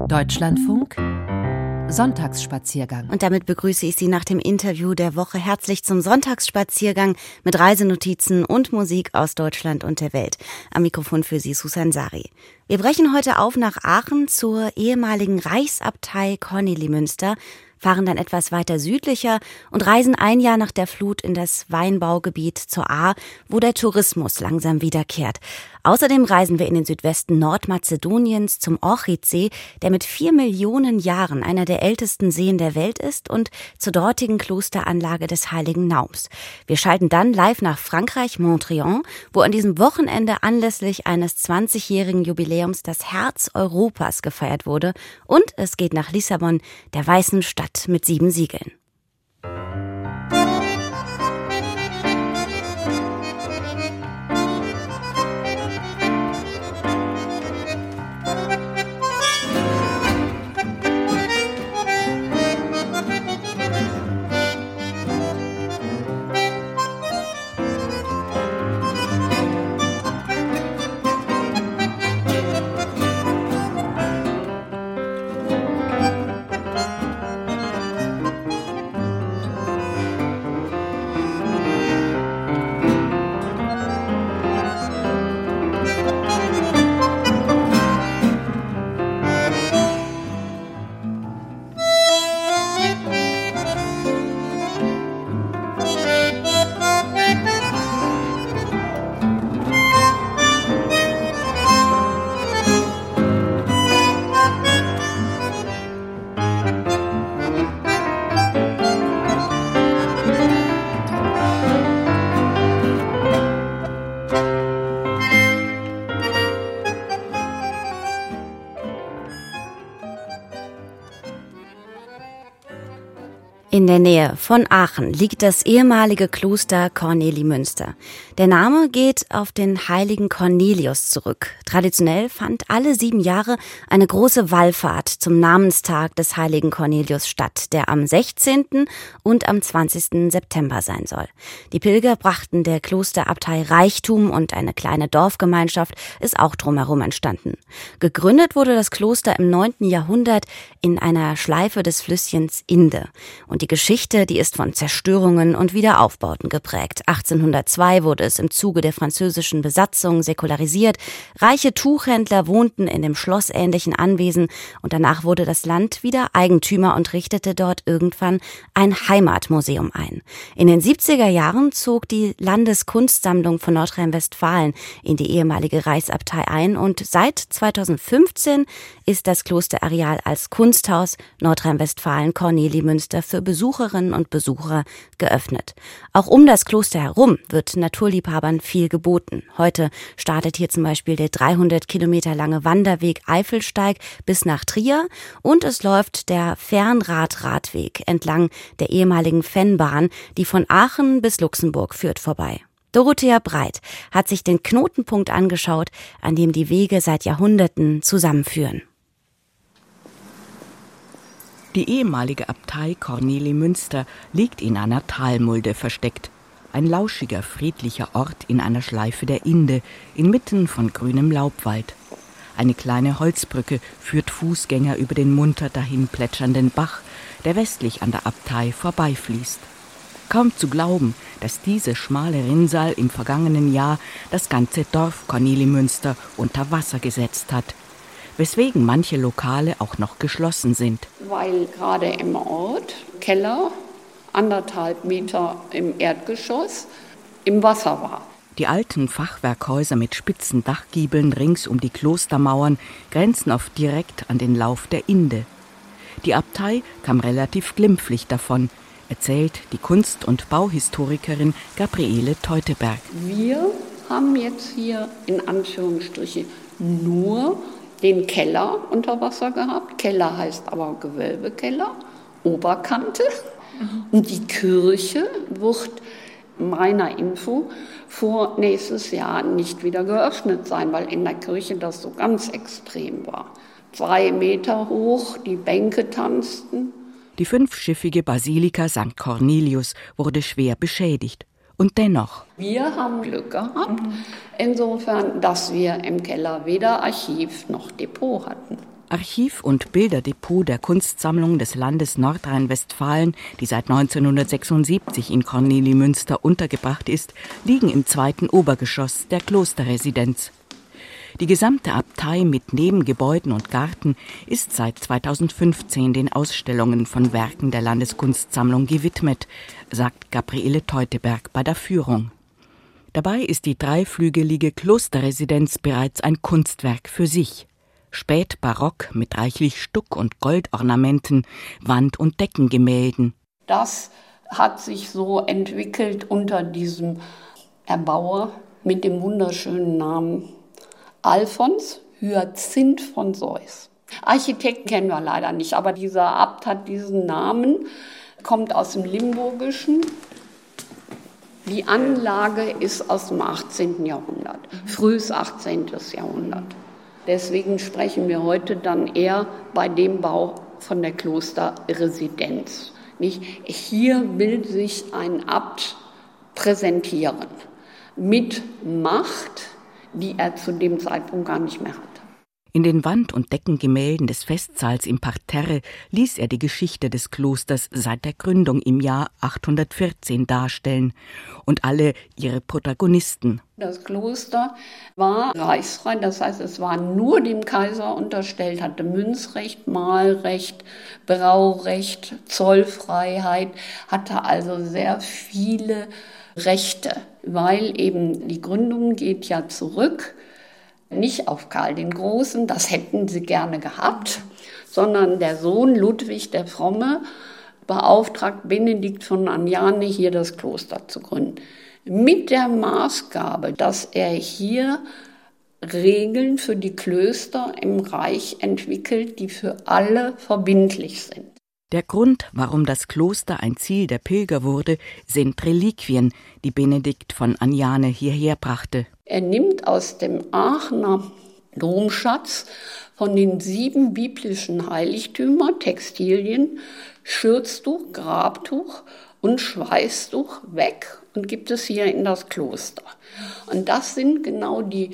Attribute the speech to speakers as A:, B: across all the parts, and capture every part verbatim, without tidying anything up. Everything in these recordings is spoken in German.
A: Deutschlandfunk Sonntagsspaziergang.
B: Und damit begrüße ich Sie nach dem Interview der Woche herzlich zum Sonntagsspaziergang mit Reisenotizen und Musik aus Deutschland und der Welt. Am Mikrofon für Sie Susan Sari. Wir brechen heute auf nach Aachen zur ehemaligen Reichsabtei Kornelimünster, fahren dann etwas weiter südlicher und reisen ein Jahr nach der Flut in das Weinbaugebiet zur Ahr, wo der Tourismus langsam wiederkehrt. Außerdem reisen wir in den Südwesten Nordmazedoniens zum Orchidsee, der mit vier Millionen Jahren einer der ältesten Seen der Welt ist, und zur dortigen Klosteranlage des Heiligen Naums. Wir schalten dann live nach Frankreich, Montriond, wo an diesem Wochenende anlässlich eines zwanzigjährigen Jubiläums das Herz Europas gefeiert wurde. Und es geht nach Lissabon, der weißen Stadt mit sieben Siegeln. In der Nähe von Aachen liegt das ehemalige Kloster Kornelimünster. Der Name geht auf den heiligen Cornelius zurück. Traditionell fand alle sieben Jahre eine große Wallfahrt zum Namenstag des heiligen Cornelius statt, der am sechzehnten und am zwanzigsten September sein soll. Die Pilger brachten der Klosterabtei Reichtum, und eine kleine Dorfgemeinschaft ist auch drumherum entstanden. Gegründet wurde das Kloster im neunten Jahrhundert in einer Schleife des Flüsschens Inde. Und die Geschichte, die ist von Zerstörungen und Wiederaufbauten geprägt. achtzehnhundertzwei wurde es im Zuge der französischen Besatzung säkularisiert. Reiche Tuchhändler wohnten in dem schlossähnlichen Anwesen, und danach wurde das Land wieder Eigentümer und richtete dort irgendwann ein Heimatmuseum ein. In den siebziger Jahren zog die Landeskunstsammlung von Nordrhein-Westfalen in die ehemalige Reichsabtei ein, und seit zweitausendfünfzehn ist das Klosterareal als Kunsthaus Nordrhein-Westfalen Kornelimünster für Besucherinnen und Besucher geöffnet. Auch um das Kloster herum wird Naturliebhabern viel geboten. Heute startet hier zum Beispiel der dreihundert Kilometer lange Wanderweg Eifelsteig bis nach Trier, und es läuft der Fernrad-Radweg entlang der ehemaligen Fennbahn, die von Aachen bis Luxemburg führt, vorbei. Dorothea Breit hat sich den Knotenpunkt angeschaut, an dem die Wege seit Jahrhunderten zusammenführen.
C: Die ehemalige Abtei Kornelimünster liegt in einer Talmulde versteckt. Ein lauschiger, friedlicher Ort in einer Schleife der Inde, inmitten von grünem Laubwald. Eine kleine Holzbrücke führt Fußgänger über den munter dahin plätschernden Bach, der westlich an der Abtei vorbeifließt. Kaum zu glauben, dass diese schmale Rinnsal im vergangenen Jahr das ganze Dorf Kornelimünster unter Wasser gesetzt hat, weswegen manche Lokale auch noch geschlossen sind.
D: Weil gerade im Ort Keller, anderthalb Meter im Erdgeschoss, im Wasser war.
C: Die alten Fachwerkhäuser mit spitzen Dachgiebeln rings um die Klostermauern grenzen oft direkt an den Lauf der Inde. Die Abtei kam relativ glimpflich davon, erzählt die Kunst- und Bauhistorikerin Gabriele Teuteberg.
D: Wir haben jetzt hier in Anführungsstrichen nur den Keller unter Wasser gehabt. Keller heißt aber Gewölbekeller, Oberkante. Und die Kirche wird meiner Info vor nächstes Jahr nicht wieder geöffnet sein, weil in der Kirche das so ganz extrem war. Zwei Meter hoch, die Bänke tanzten.
C: Die fünfschiffige Basilika Sankt Cornelius wurde schwer beschädigt. Und dennoch.
D: Wir haben Glück gehabt, insofern, dass wir im Keller weder Archiv noch Depot hatten.
C: Archiv- und Bilderdepot der Kunstsammlung des Landes Nordrhein-Westfalen, die seit neunzehnhundertsechsundsiebzig in Kornelimünster untergebracht ist, liegen im zweiten Obergeschoss der Klosterresidenz. Die gesamte Abtei mit Nebengebäuden und Garten ist seit zweitausendfünfzehn den Ausstellungen von Werken der Landeskunstsammlung gewidmet, sagt Gabriele Teuteberg bei der Führung. Dabei ist die dreiflügelige Klosterresidenz bereits ein Kunstwerk für sich. Spätbarock mit reichlich Stuck- und Goldornamenten, Wand- und Deckengemälden.
D: Das hat sich so entwickelt unter diesem Erbauer mit dem wunderschönen Namen Alfons Hyazinth von Seuss. Architekten kennen wir leider nicht, aber dieser Abt hat diesen Namen, kommt aus dem Limburgischen. Die Anlage ist aus dem achtzehnten Jahrhundert, frühes achtzehnten Jahrhundert. Deswegen sprechen wir heute dann eher bei dem Bau von der Klosterresidenz. Nicht? Hier will sich ein Abt präsentieren mit Macht, die er zu dem Zeitpunkt gar nicht mehr hatte.
C: In den Wand- und Deckengemälden des Festsaals im Parterre ließ er die Geschichte des Klosters seit der Gründung im Jahr achthundertvierzehn darstellen und alle ihre Protagonisten.
D: Das Kloster war reichsfrei, das heißt, es war nur dem Kaiser unterstellt, hatte Münzrecht, Mahlrecht, Braurecht, Zollfreiheit, hatte also sehr viele Rechte, weil eben die Gründung geht ja zurück, nicht auf Karl den Großen, das hätten sie gerne gehabt, sondern der Sohn Ludwig der Fromme beauftragt Benedikt von Anjane, hier das Kloster zu gründen. Mit der Maßgabe, dass er hier Regeln für die Klöster im Reich entwickelt, die für alle verbindlich sind.
C: Der Grund, warum das Kloster ein Ziel der Pilger wurde, sind Reliquien, die Benedikt von Anjane hierher brachte.
D: Er nimmt aus dem Aachener Domschatz von den sieben biblischen Heiligtümern Textilien, Schürztuch, Grabtuch und Schweißtuch weg und gibt es hier in das Kloster. Und das sind genau die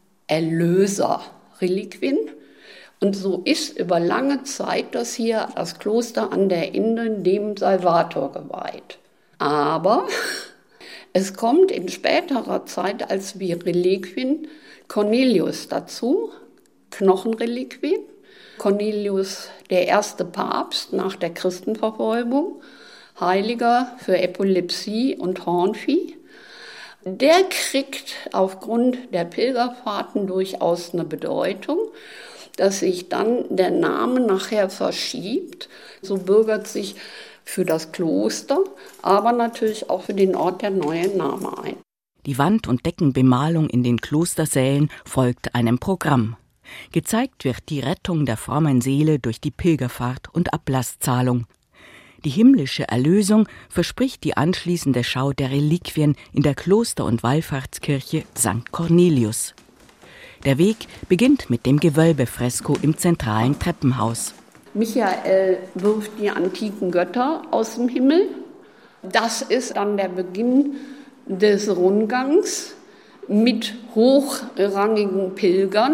D: Erlöser-Reliquien. Und so ist über lange Zeit das hier, das Kloster an der Inde, dem Salvator geweiht. Aber es kommt in späterer Zeit als wie Reliquien Cornelius dazu, Knochenreliquien. Cornelius, der erste Papst nach der Christenverfolgung, Heiliger für Epilepsie und Hornvieh. Der kriegt aufgrund der Pilgerfahrten durchaus eine Bedeutung, dass sich dann der Name nachher verschiebt. So bürgert sich für das Kloster, aber natürlich auch für den Ort der neue Name ein.
C: Die Wand- und Deckenbemalung in den Klostersälen folgt einem Programm. Gezeigt wird die Rettung der frommen Seele durch die Pilgerfahrt und Ablasszahlung. Die himmlische Erlösung verspricht die anschließende Schau der Reliquien in der Kloster- und Wallfahrtskirche Sankt Cornelius. Der Weg beginnt mit dem Gewölbefresko im zentralen Treppenhaus.
D: Michael wirft die antiken Götter aus dem Himmel. Das ist dann der Beginn des Rundgangs mit hochrangigen Pilgern,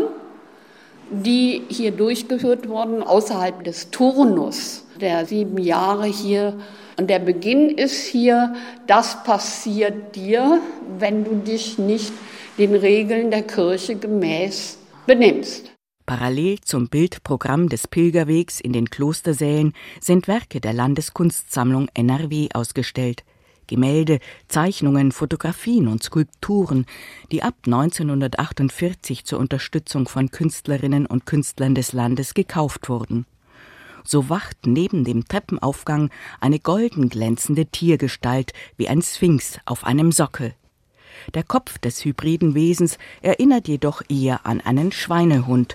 D: die hier durchgeführt wurden außerhalb des Turnus der sieben Jahre hier. Und der Beginn ist hier, das passiert dir, wenn du dich nicht den Regeln der Kirche gemäß benimmst.
C: Parallel zum Bildprogramm des Pilgerwegs in den Klostersälen sind Werke der Landeskunstsammlung N R W ausgestellt. Gemälde, Zeichnungen, Fotografien und Skulpturen, die ab neunzehnhundertachtundvierzig zur Unterstützung von Künstlerinnen und Künstlern des Landes gekauft wurden. So wacht neben dem Treppenaufgang eine golden glänzende Tiergestalt wie ein Sphinx auf einem Sockel. Der Kopf des hybriden Wesens erinnert jedoch eher an einen Schweinehund.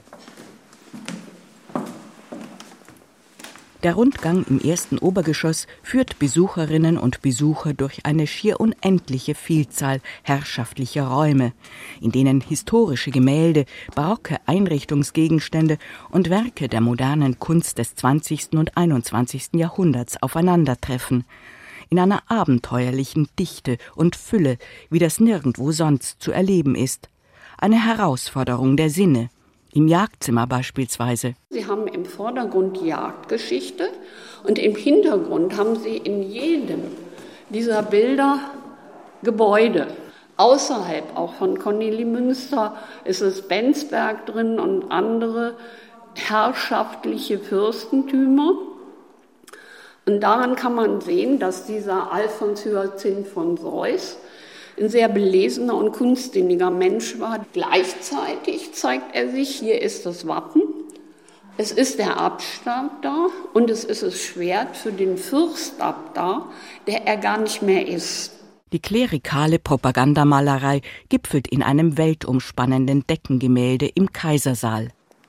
C: Der Rundgang im ersten Obergeschoss führt Besucherinnen und Besucher durch eine schier unendliche Vielzahl herrschaftlicher Räume, in denen historische Gemälde, barocke Einrichtungsgegenstände und Werke der modernen Kunst des zwanzigsten und einundzwanzigsten Jahrhunderts aufeinandertreffen, in einer abenteuerlichen Dichte und Fülle, wie das nirgendwo sonst zu erleben ist. Eine Herausforderung der Sinne, Im Jagdzimmer beispielsweise.
D: Sie haben im Vordergrund die Jagdgeschichte und im Hintergrund haben Sie in jedem dieser Bilder Gebäude. Außerhalb auch von Kornelimünster ist es Bensberg drin und andere herrschaftliche Fürstentümer. Und daran kann man sehen, dass dieser Alfons Hyacinth von Seus ein sehr belesener und kunstsinniger Mensch war. Gleichzeitig zeigt er sich, hier ist das Wappen, es ist der Abstab da und es ist das Schwert für den Fürstab da, der er gar nicht mehr ist.
C: Die klerikale Propagandamalerei gipfelt in einem weltumspannenden Deckengemälde im Kaisersaal.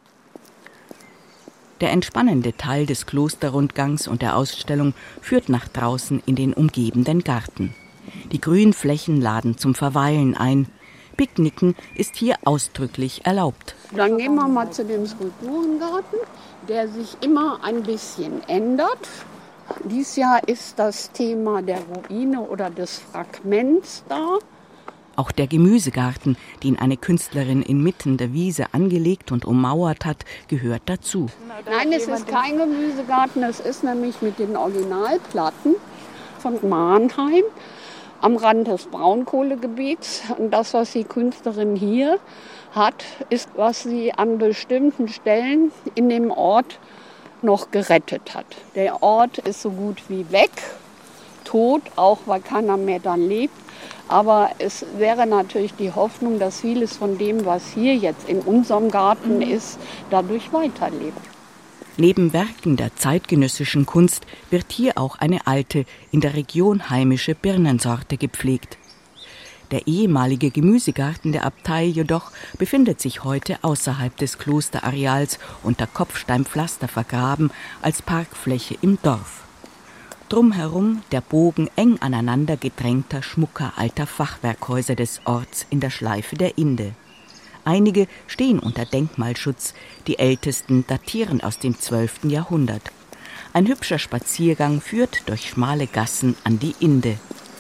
C: Der entspannende Teil des Klosterrundgangs und der Ausstellung führt nach draußen in den umgebenden Garten. Die Grünflächen laden zum Verweilen ein. Picknicken ist hier ausdrücklich erlaubt.
D: Dann gehen wir mal zu dem Skulpturengarten, der sich immer ein bisschen ändert. Dieses Jahr ist das Thema der Ruine oder des Fragments da.
C: Auch der Gemüsegarten, den eine Künstlerin inmitten der Wiese angelegt und ummauert hat, gehört dazu.
D: Nein, es ist kein Gemüsegarten, es ist nämlich mit den Originalplatten von Mannheim am Rand des Braunkohlegebiets. Und das, was die Künstlerin hier hat, ist, was sie an bestimmten Stellen in dem Ort noch gerettet hat. Der Ort ist so gut wie weg, tot, auch weil keiner mehr da lebt. Aber es wäre natürlich die Hoffnung, dass vieles von dem, was hier jetzt in unserem Garten ist, dadurch weiterlebt.
C: Neben Werken der zeitgenössischen Kunst wird hier auch eine alte, in der Region heimische Birnensorte gepflegt. Der ehemalige Gemüsegarten der Abtei jedoch befindet sich heute außerhalb des Klosterareals unter Kopfsteinpflaster vergraben als Parkfläche im Dorf. Drumherum der Bogen eng aneinander gedrängter, schmucker alter Fachwerkhäuser des Orts in der Schleife der Inde. Einige stehen unter Denkmalschutz, die ältesten datieren aus dem zwölften Jahrhundert. Ein hübscher Spaziergang führt durch schmale Gassen an die Inde.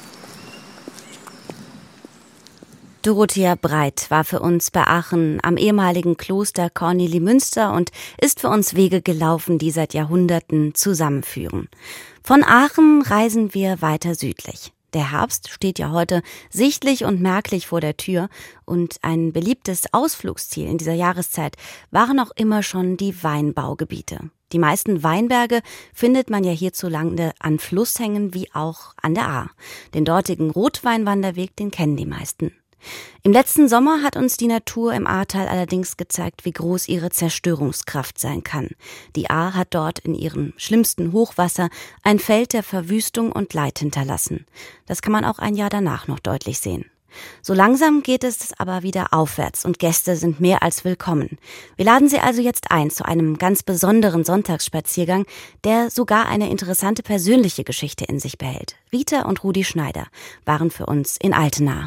B: Dorothea Breit war für uns bei Aachen am ehemaligen Kloster Kornelimünster und ist für uns Wege gelaufen, die seit Jahrhunderten zusammenführen. Von Aachen reisen wir weiter südlich. Der Herbst steht ja heute sichtlich und merklich vor der Tür und ein beliebtes Ausflugsziel in dieser Jahreszeit waren auch immer schon die Weinbaugebiete. Die meisten Weinberge findet man ja hierzulande an Flusshängen wie auch an der Ahr. Den dortigen Rotweinwanderweg, den kennen die meisten. Im letzten Sommer hat uns die Natur im Ahrtal allerdings gezeigt, wie groß ihre Zerstörungskraft sein kann. Die Ahr hat dort in ihrem schlimmsten Hochwasser ein Feld der Verwüstung und Leid hinterlassen. Das kann man auch ein Jahr danach noch deutlich sehen. So langsam geht es aber wieder aufwärts und Gäste sind mehr als willkommen. Wir laden Sie also jetzt ein zu einem ganz besonderen Sonntagsspaziergang, der sogar eine interessante persönliche Geschichte in sich behält. Rita und Rudi Schneider waren für uns in Altena.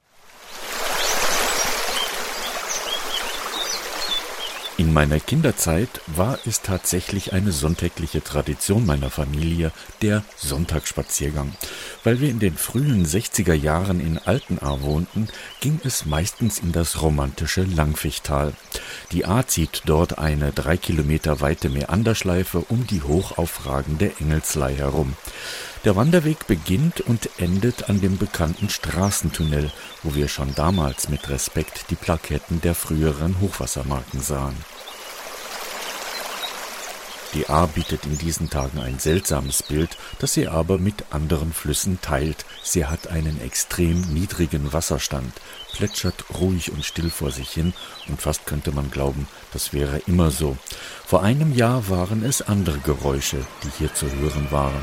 A: In meiner Kinderzeit war es tatsächlich eine sonntägliche Tradition meiner Familie, der Sonntagsspaziergang. Weil wir in den frühen sechziger Jahren in Altenahr wohnten, ging es meistens in das romantische Langfichtal. Die Ahr zieht dort eine drei Kilometer weite Meanderschleife um die hochaufragende Engelslei herum. Der Wanderweg beginnt und endet an dem bekannten Straßentunnel, wo wir schon damals mit Respekt die Plaketten der früheren Hochwassermarken sahen. Die Ahr bietet in diesen Tagen ein seltsames Bild, das sie aber mit anderen Flüssen teilt. Sie hat einen extrem niedrigen Wasserstand, plätschert ruhig und still vor sich hin und fast könnte man glauben, das wäre immer so. Vor einem Jahr waren es andere Geräusche, die hier zu hören waren.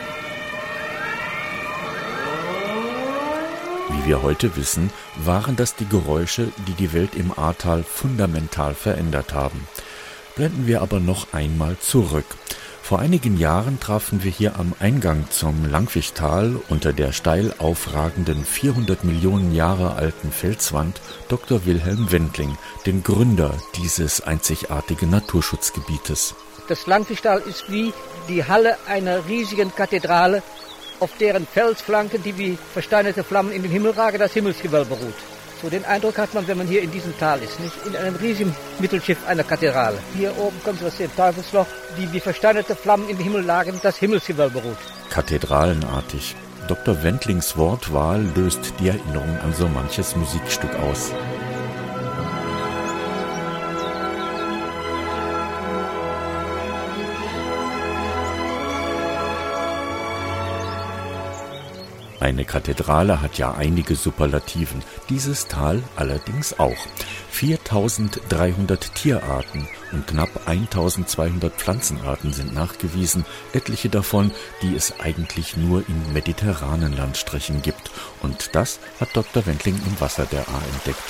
A: Wie wir heute wissen, waren das die Geräusche, die die Welt im Ahrtal fundamental verändert haben. Blenden wir aber noch einmal zurück. Vor einigen Jahren trafen wir hier am Eingang zum Langfichtal unter der steil aufragenden vierhundert Millionen Jahre alten Felswand Doktor Wilhelm Wendling, den Gründer dieses einzigartigen Naturschutzgebietes.
E: Das Langfichtal ist wie die Halle einer riesigen Kathedrale, auf deren Felsflanken, die wie versteinerte Flammen in den Himmel ragen, das Himmelsgewölbe ruht. So den Eindruck hat man, wenn man hier in diesem Tal ist, nicht? In einem riesigen Mittelschiff einer Kathedrale. Hier oben kommt das sehen, Teufelsloch, die wie versteinerte Flammen im Himmel lagen, das Himmelsgewölbe ruht.
A: Kathedralenartig. Doktor Wendlings Wortwahl löst die Erinnerung an so manches Musikstück aus. Eine Kathedrale hat ja einige Superlativen, dieses Tal allerdings auch. viertausenddreihundert Tierarten und knapp eintausendzweihundert Pflanzenarten sind nachgewiesen, etliche davon, die es eigentlich nur in mediterranen Landstrichen gibt. Und das hat Doktor Wendling im Wasser der Ahr entdeckt.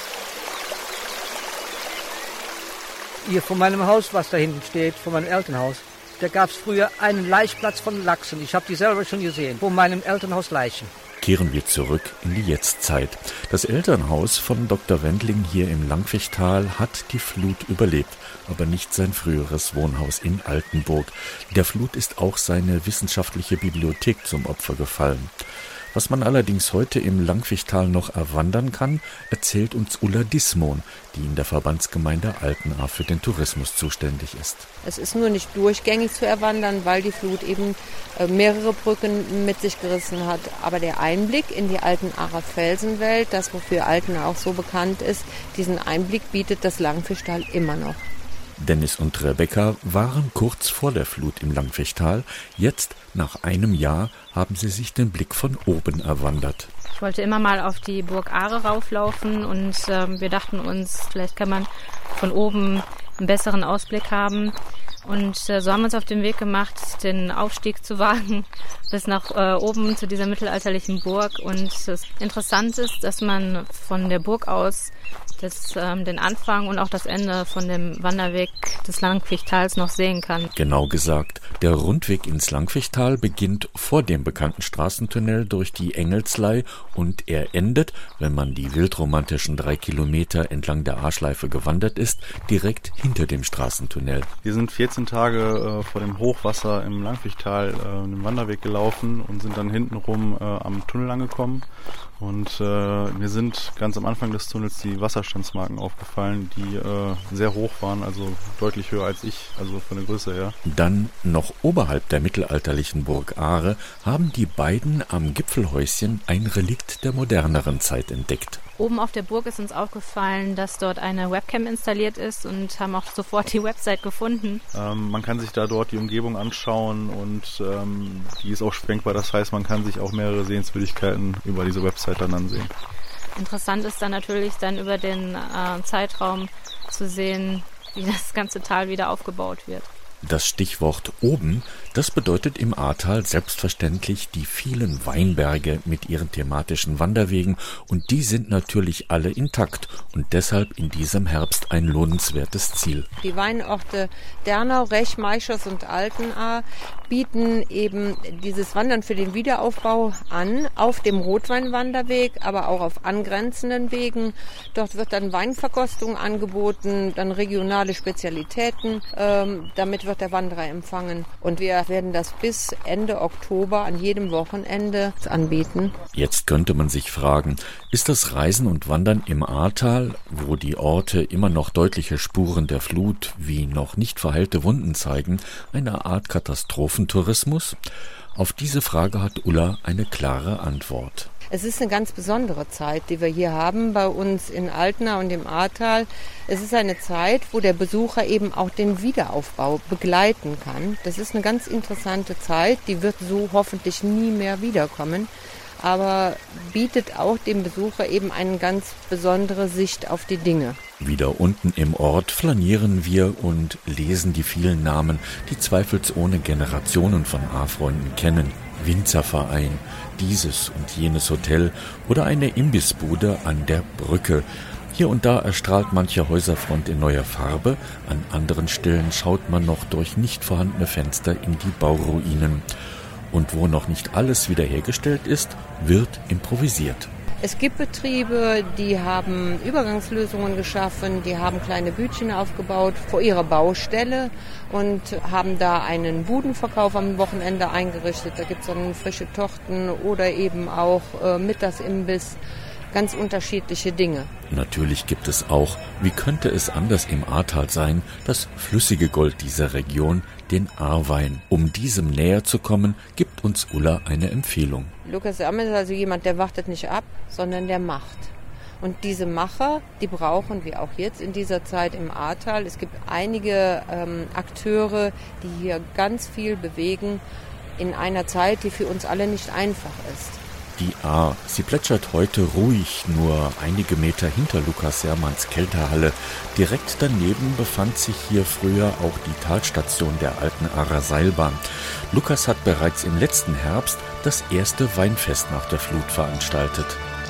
E: Hier vor meinem Haus, was da hinten steht, vor meinem Elternhaus, da gab es früher einen Laichplatz von Lachsen. Ich habe die selber schon gesehen, vor meinem Elternhaus Leichen.
A: Kehren wir zurück in die Jetztzeit. Das Elternhaus von Doktor Wendling hier im Langfischtal hat die Flut überlebt, aber nicht sein früheres Wohnhaus in Altenburg. Der Flut ist auch seine wissenschaftliche Bibliothek zum Opfer gefallen. Was man allerdings heute im Langfischtal noch erwandern kann, erzählt uns Ulla Dismon, die in der Verbandsgemeinde Altenahr für den Tourismus zuständig ist.
F: Es ist nur nicht durchgängig zu erwandern, weil die Flut eben mehrere Brücken mit sich gerissen hat. Aber der Einblick in die Altenahrer Felsenwelt, das wofür Altenahr auch so bekannt ist, diesen Einblick bietet das Langfischtal immer noch.
A: Dennis und Rebecca waren kurz vor der Flut im Langfischtal. Jetzt, nach einem Jahr, haben sie sich den Blick von oben erwandert.
G: Ich wollte immer mal auf die Burg Aare rauflaufen und äh, wir dachten uns, vielleicht kann man von oben einen besseren Ausblick haben. Und äh, so haben wir uns auf den Weg gemacht, den Aufstieg zu wagen bis nach äh, oben zu dieser mittelalterlichen Burg. Und das Interessante ist, dass man von der Burg aus das, ähm, den Anfang und auch das Ende von dem Wanderweg des Langfichtals noch sehen kann.
A: Genau gesagt, der Rundweg ins Langfichtal beginnt vor dem bekannten Straßentunnel durch die Engelslei und er endet, wenn man die wildromantischen drei Kilometer entlang der Ahrschleife gewandert ist, direkt hinter dem Straßentunnel.
H: Wir sind vierzehn Tage äh, vor dem Hochwasser im Langfichtal äh, einen Wanderweg gelaufen und sind dann hintenrum äh, am Tunnel angekommen. Und äh, mir sind ganz am Anfang des Tunnels die Wasserstandsmarken aufgefallen, die äh, sehr hoch waren, also deutlich höher als ich, also von der Größe her.
A: Dann noch oberhalb der mittelalterlichen Burg Aare haben die beiden am Gipfelhäuschen ein Relikt der moderneren Zeit entdeckt.
G: Oben auf der Burg ist uns aufgefallen, dass dort eine Webcam installiert ist und haben auch sofort die Website gefunden.
H: Ähm, man kann sich da dort die Umgebung anschauen und ähm, die ist auch sprengbar. Das heißt, man kann sich auch mehrere Sehenswürdigkeiten über diese Website dann ansehen.
G: Interessant ist dann natürlich dann über den äh, Zeitraum zu sehen, wie das ganze Tal wieder aufgebaut wird.
A: Das Stichwort oben, das bedeutet im Ahrtal selbstverständlich die vielen Weinberge mit ihren thematischen Wanderwegen und die sind natürlich alle intakt und deshalb in diesem Herbst ein lohnenswertes Ziel.
F: Die Weinorte Dernau, Rech, Meischers und Altenahr bieten eben dieses Wandern für den Wiederaufbau an, auf dem Rotweinwanderweg, aber auch auf angrenzenden Wegen. Dort wird dann Weinverkostung angeboten, dann regionale Spezialitäten, ähm, damit wird der Wanderer empfangen. Und wir werden das bis Ende Oktober an jedem Wochenende anbieten.
A: Jetzt könnte man sich fragen, ist das Reisen und Wandern im Ahrtal, wo die Orte immer noch deutliche Spuren der Flut wie noch nicht verheilte Wunden zeigen, eine Art Katastrophentourismus? Auf diese Frage hat Ulla eine klare Antwort.
F: Es ist eine ganz besondere Zeit, die wir hier haben bei uns in Altenahr und im Ahrtal. Es ist eine Zeit, wo der Besucher eben auch den Wiederaufbau begleiten kann. Das ist eine ganz interessante Zeit, die wird so hoffentlich nie mehr wiederkommen, aber bietet auch dem Besucher eben eine ganz besondere Sicht auf die Dinge.
A: Wieder unten im Ort flanieren wir und lesen die vielen Namen, die zweifelsohne Generationen von Ahrfreunden kennen. Winzerverein, dieses und jenes Hotel oder eine Imbissbude an der Brücke. Hier und da erstrahlt manche Häuserfront in neuer Farbe, an anderen Stellen schaut man noch durch nicht vorhandene Fenster in die Bauruinen. Und wo noch nicht alles wiederhergestellt ist, wird improvisiert.
F: Es gibt Betriebe, die haben Übergangslösungen geschaffen, die haben kleine Bütchen aufgebaut vor ihrer Baustelle und haben da einen Budenverkauf am Wochenende eingerichtet. Da gibt es dann frische Torten oder eben auch äh, Mittagsimbiss. ganz unterschiedliche Dinge.
A: Natürlich gibt es auch, wie könnte es anders im Ahrtal sein, das flüssige Gold dieser Region, den Ahrwein. Um diesem näher zu kommen, gibt uns Ulla eine Empfehlung.
F: Lukas Sermann ist also jemand, der wartet nicht ab, sondern der macht. Und diese Macher, die brauchen wir auch jetzt in dieser Zeit im Ahrtal. Es gibt einige ähm, Akteure, die hier ganz viel bewegen in einer Zeit, die für uns alle nicht einfach ist.
A: Die Ahr, sie plätschert heute ruhig, nur einige Meter hinter Lukas Sermanns Kältehalle. Direkt daneben befand sich hier früher auch die Talstation der alten Ahrer Seilbahn. Lukas hat bereits im letzten Herbst das erste Weinfest nach der Flut veranstaltet.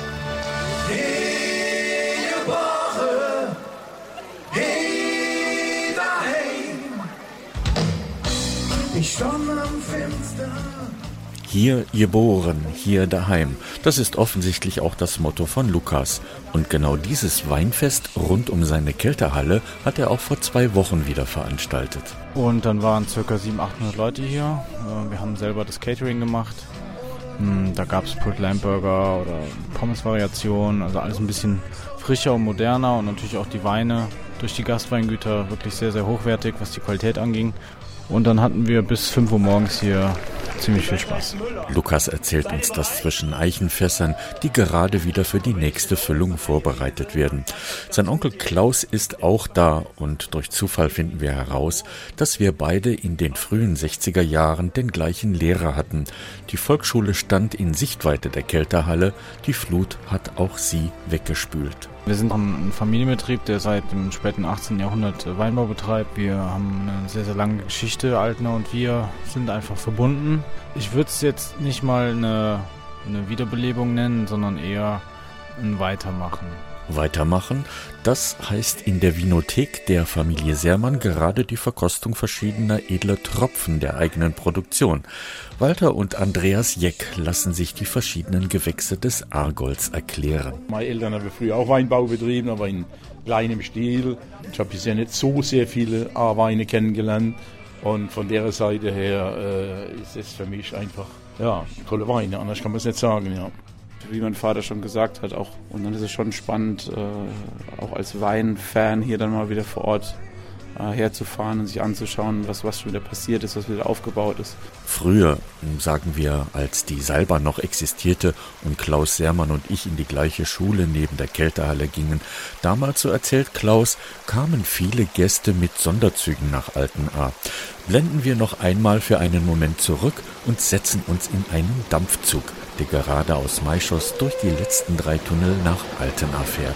I: Ich stand am Fenster.
A: Hier geboren, hier daheim. Das ist offensichtlich auch das Motto von Lukas. Und genau dieses Weinfest rund um seine Kältehalle hat er auch vor zwei Wochen wieder veranstaltet.
H: Und dann waren ca. siebenhundert, achthundert Leute hier. Wir haben selber das Catering gemacht. Da gab es Pulled Lamb Burger oder Pommes-Variationen, also alles ein bisschen frischer und moderner und natürlich auch die Weine durch die Gastweingüter wirklich sehr, sehr hochwertig, was die Qualität anging. Und dann hatten wir bis fünf Uhr morgens hier ziemlich viel Spaß.
A: Lukas erzählt uns das zwischen Eichenfässern, die gerade wieder für die nächste Füllung vorbereitet werden. Sein Onkel Klaus ist auch da und durch Zufall finden wir heraus, dass wir beide in den frühen sechziger Jahren den gleichen Lehrer hatten. Die Volksschule stand in Sichtweite der Kältehalle, die Flut hat auch sie weggespült.
H: Wir sind ein Familienbetrieb, der seit dem späten achtzehnten Jahrhundert Weinbau betreibt. Wir haben eine sehr, sehr lange Geschichte. Altner und wir sind einfach verbunden. Ich würde es jetzt nicht mal eine, eine Wiederbelebung nennen, sondern eher ein Weitermachen.
A: Weitermachen, das heißt in der Vinothek der Familie Sermann gerade die Verkostung verschiedener edler Tropfen der eigenen Produktion. Walter und Andreas Jeck lassen sich die verschiedenen Gewächse des Ahrgolds erklären.
J: Meine Eltern haben früher auch Weinbau betrieben, aber in kleinem Stil. Ich habe bisher nicht so sehr viele Ahrweine kennengelernt und von der Seite her äh, ist es für mich einfach ja, tolle Weine, anders kann man es nicht sagen, ja.
K: Wie mein Vater schon gesagt hat, auch und dann ist es schon spannend, äh, auch als Weinfan hier dann mal wieder vor Ort äh, herzufahren und sich anzuschauen, was, was schon wieder passiert ist, was wieder aufgebaut ist.
A: Früher, sagen wir, als die Seilbahn noch existierte und Klaus Sermann und ich in die gleiche Schule neben der Kältehalle gingen, damals, so erzählt Klaus, kamen viele Gäste mit Sonderzügen nach Altenahr. Blenden wir noch einmal für einen Moment zurück und setzen uns in einen Dampfzug, der gerade aus Maischoss durch die letzten drei Tunnel nach Altenahr fährt.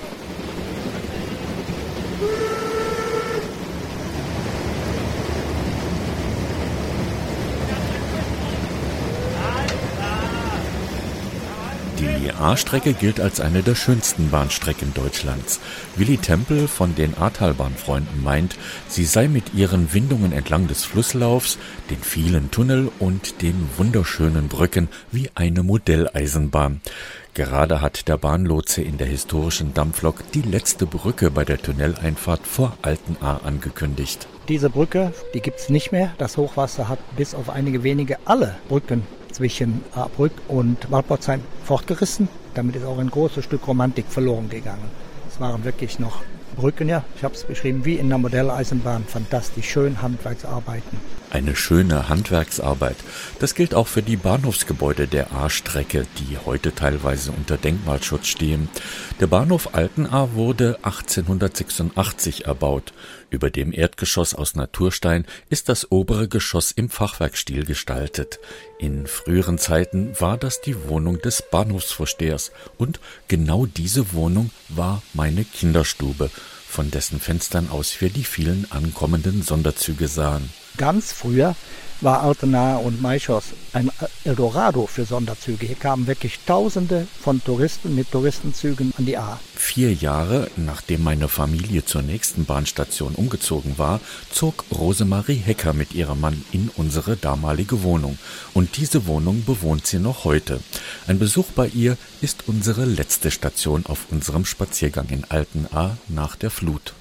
A: Die Ahrstrecke gilt als eine der schönsten Bahnstrecken Deutschlands. Willi Tempel von den Ahrtalbahnfreunden meint, sie sei mit ihren Windungen entlang des Flusslaufs, den vielen Tunnel und den wunderschönen Brücken wie eine Modelleisenbahn. Gerade hat der Bahnlotse in der historischen Dampflok die letzte Brücke bei der Tunneleinfahrt vor Altenahr angekündigt.
E: Diese Brücke, die gibt's nicht mehr. Das Hochwasser hat bis auf einige wenige alle Brücken zwischen Ahrbrück und Walporzheim fortgerissen. Damit ist auch ein großes Stück Romantik verloren gegangen. Es waren wirklich noch Brücken, ja, ich habe es beschrieben, wie in einer Modelleisenbahn. Fantastisch, schön Handwerksarbeiten.
A: Eine schöne Handwerksarbeit. Das gilt auch für die Bahnhofsgebäude der Ahrstrecke, die heute teilweise unter Denkmalschutz stehen. Der Bahnhof Altenahr wurde achtzehnhundertsechsundachtzig erbaut. Über dem Erdgeschoss aus Naturstein ist das obere Geschoss im Fachwerkstil gestaltet. In früheren Zeiten war das die Wohnung des Bahnhofsvorstehers und genau diese Wohnung war meine Kinderstube, von dessen Fenstern aus wir die vielen ankommenden Sonderzüge sahen.
E: Ganz früher war Altenahr und Maischoss ein Eldorado für Sonderzüge. Hier kamen wirklich Tausende von Touristen mit Touristenzügen an die Ahr.
A: Vier Jahre nachdem meine Familie zur nächsten Bahnstation umgezogen war, zog Rosemarie Hecker mit ihrem Mann in unsere damalige Wohnung. Und diese Wohnung bewohnt sie noch heute. Ein Besuch bei ihr ist unsere letzte Station auf unserem Spaziergang in Altenahr nach der Flut.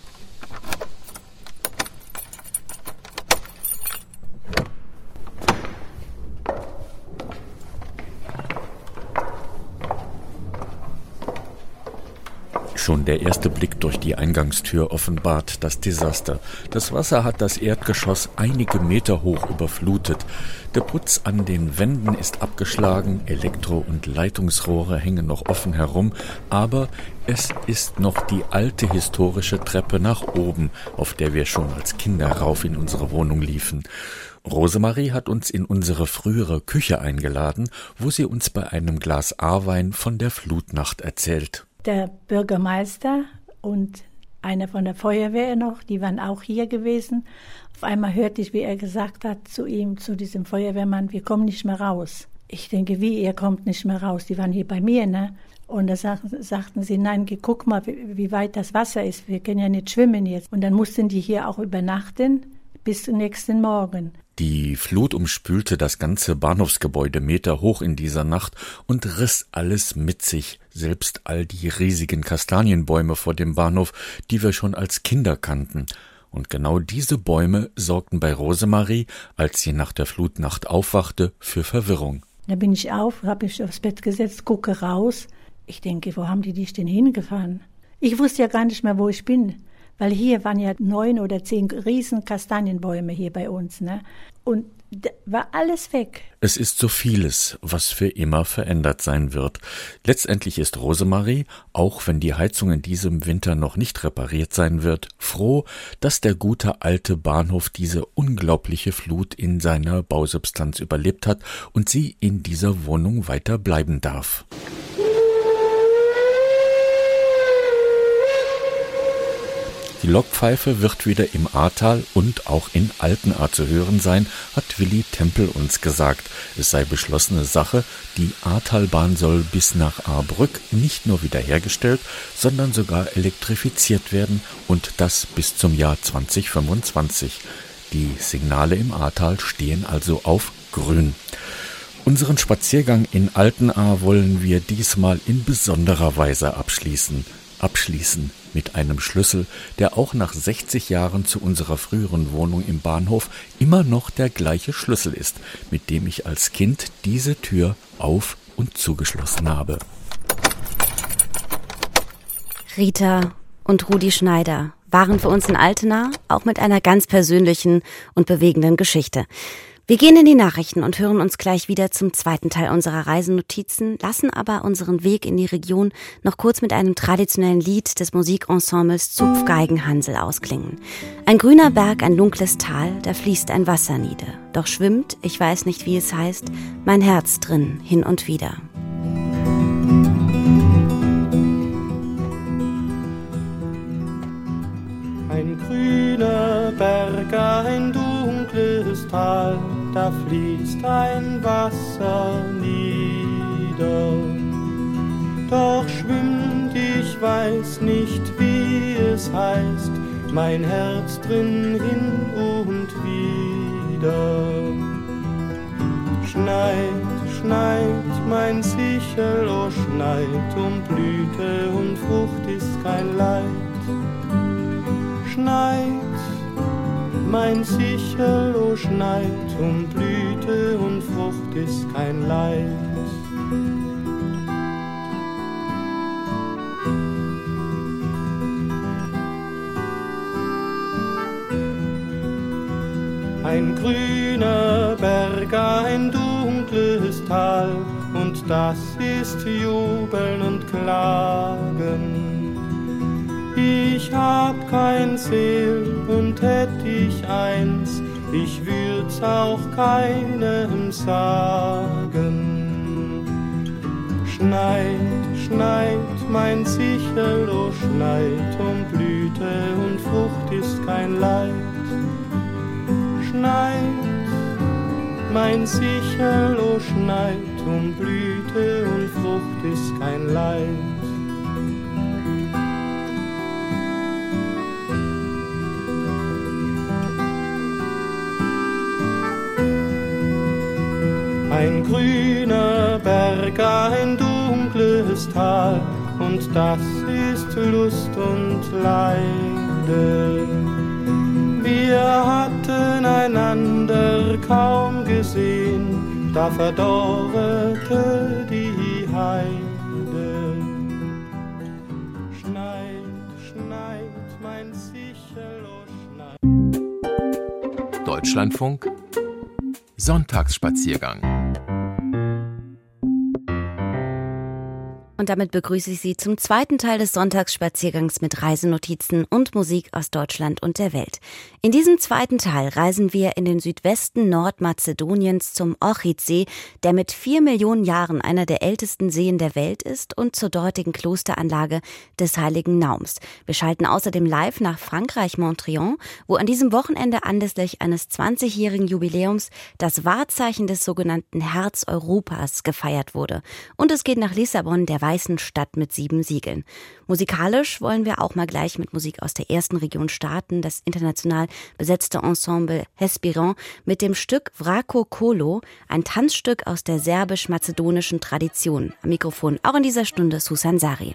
A: Schon der erste Blick durch die Eingangstür offenbart das Desaster. Das Wasser hat das Erdgeschoss einige Meter hoch überflutet. Der Putz an den Wänden ist abgeschlagen, Elektro- und Leitungsrohre hängen noch offen herum, aber es ist noch die alte historische Treppe nach oben, auf der wir schon als Kinder rauf in unsere Wohnung liefen. Rosemarie hat uns in unsere frühere Küche eingeladen, wo sie uns bei einem Glas Ahrwein von der Flutnacht erzählt.
L: Der Bürgermeister und einer von der Feuerwehr noch, die waren auch hier gewesen. Auf einmal hörte ich, wie er gesagt hat zu ihm, zu diesem Feuerwehrmann, wir kommen nicht mehr raus. Ich denke, wie, ihr kommt nicht mehr raus? Die waren hier bei mir, ne? Und da sagten, sagten sie, nein, guck mal, wie, wie weit das Wasser ist. Wir können ja nicht schwimmen jetzt. Und dann mussten die hier auch übernachten bis zum nächsten Morgen.
A: Die Flut umspülte das ganze Bahnhofsgebäude meterhoch in dieser Nacht und riss alles mit sich, selbst all die riesigen Kastanienbäume vor dem Bahnhof, die wir schon als Kinder kannten. Und genau diese Bäume sorgten bei Rosemarie, als sie nach der Flutnacht aufwachte, für Verwirrung.
L: Da bin ich auf, habe mich aufs Bett gesetzt, gucke raus. Ich denke, wo haben die dich denn hingefahren? Ich wusste ja gar nicht mehr, wo ich bin. Weil hier waren ja neun oder zehn riesen Kastanienbäume hier bei uns, ne? Und da war alles weg.
A: Es ist so vieles, was für immer verändert sein wird. Letztendlich ist Rosemarie, auch wenn die Heizung in diesem Winter noch nicht repariert sein wird, froh, dass der gute alte Bahnhof diese unglaubliche Flut in seiner Bausubstanz überlebt hat und sie in dieser Wohnung weiter bleiben darf. Die Lokpfeife wird wieder im Ahrtal und auch in Altenahr zu hören sein, hat Willi Tempel uns gesagt. Es sei beschlossene Sache, die Ahrtalbahn soll bis nach Ahrbrück nicht nur wiederhergestellt, sondern sogar elektrifiziert werden und das bis zum Jahr zwanzig fünfundzwanzig. Die Signale im Ahrtal stehen also auf grün. Unseren Spaziergang in Altenahr wollen wir diesmal in besonderer Weise abschließen. Abschließen mit einem Schlüssel, der auch nach sechzig Jahren zu unserer früheren Wohnung im Bahnhof immer noch der gleiche Schlüssel ist, mit dem ich als Kind diese Tür auf- und zugeschlossen habe.
B: Rita und Rudi Schneider waren für uns in Altenahr, auch mit einer ganz persönlichen und bewegenden Geschichte. Wir gehen in die Nachrichten und hören uns gleich wieder zum zweiten Teil unserer Reisenotizen, lassen aber unseren Weg in die Region noch kurz mit einem traditionellen Lied des Musikensembles Zupfgeigenhansel ausklingen. Ein grüner Berg, ein dunkles Tal, da fließt ein Wasser nieder. Doch schwimmt, ich weiß nicht, wie es heißt, mein Herz drin, hin und wieder.
M: Ein grüner Berg, ein dunkles Tal, da fließt ein Wasser nieder. Doch schwimmt, ich weiß nicht, wie es heißt, mein Herz drin hin und wieder. Schneit, schneit, mein Sichel, oh schneit, um Blüte und Frucht ist kein Leid. Schneit, mein Sichel, oh schneit, um Blüte und Frucht ist kein Leid. Ein grüner Berg, ein dunkles Tal, und das ist Jubeln und Klagen. Ich hab kein Seel und hätt ich eins, ich würd's auch keinem sagen. Schneit, schneit, mein Sichel, oh schneit, um Blüte und Frucht ist kein Leid. Schneit, mein Sichel, oh schneit, um Blüte und Frucht ist kein Leid. Ein grüner Berg, ein dunkles Tal, und das ist Lust und Leide. Wir hatten einander kaum gesehen, da verdorrete die Heide. Schneid
N: Deutschlandfunk Sonntagsspaziergang.
B: Und damit begrüße ich Sie zum zweiten Teil des Sonntagsspaziergangs mit Reisenotizen und Musik aus Deutschland und der Welt. In diesem zweiten Teil reisen wir in den Südwesten Nordmazedoniens zum Ohridsee, der mit vier Millionen Jahren einer der ältesten Seen der Welt ist, und zur dortigen Klosteranlage des Heiligen Naums. Wir schalten außerdem live nach Frankreich, Montryon, wo an diesem Wochenende anlässlich eines zwanzigjährigen Jubiläums das Wahrzeichen des sogenannten Herz Europas gefeiert wurde. Und es geht nach Lissabon, der weißen Stadt mit sieben Siegeln. Musikalisch wollen wir auch mal gleich mit Musik aus der ersten Region starten, das international besetzte Ensemble Hespiron mit dem Stück Vrako Kolo, ein Tanzstück aus der serbisch-mazedonischen Tradition. Am Mikrofon auch in dieser Stunde Susan Sari.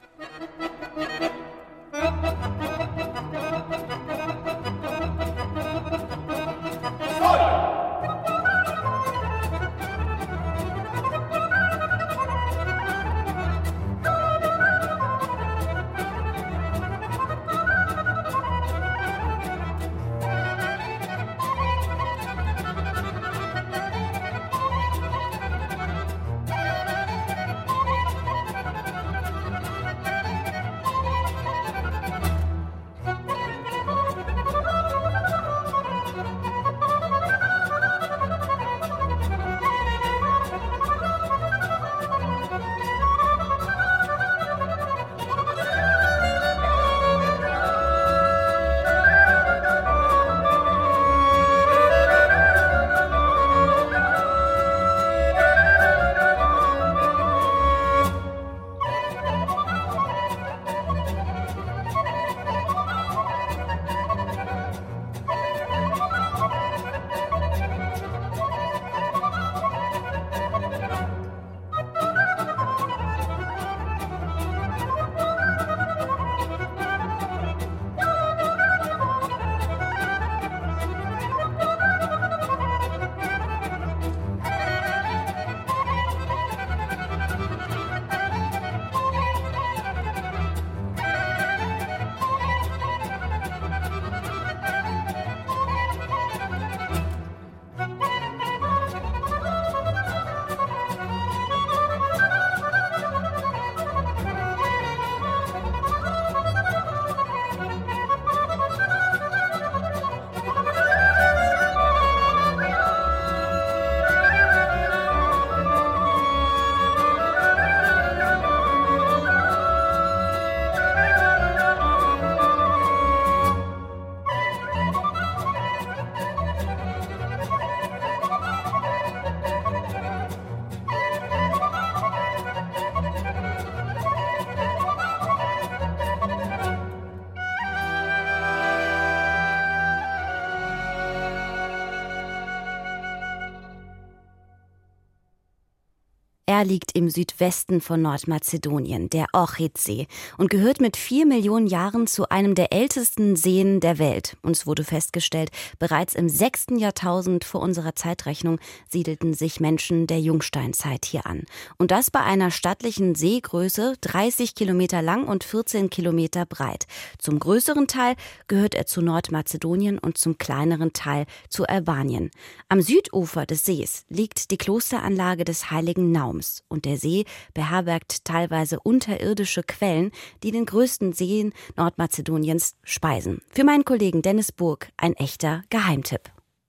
B: Er liegt im Südwesten von Nordmazedonien, der Ohridsee, und gehört mit vier Millionen Jahren zu einem der ältesten Seen der Welt. Und es wurde festgestellt, bereits im sechsten Jahrtausend vor unserer Zeitrechnung siedelten sich Menschen der Jungsteinzeit hier an. Und das bei einer stattlichen Seegröße, dreißig Kilometer lang und vierzehn Kilometer breit. Zum größeren Teil gehört er zu Nordmazedonien und zum kleineren Teil zu Albanien. Am Südufer des Sees liegt die Klosteranlage des Heiligen Naums. Und der See beherbergt teilweise unterirdische Quellen, die den größten Seen Nordmazedoniens speisen. Für meinen Kollegen Dennis Burg ein echter Geheimtipp.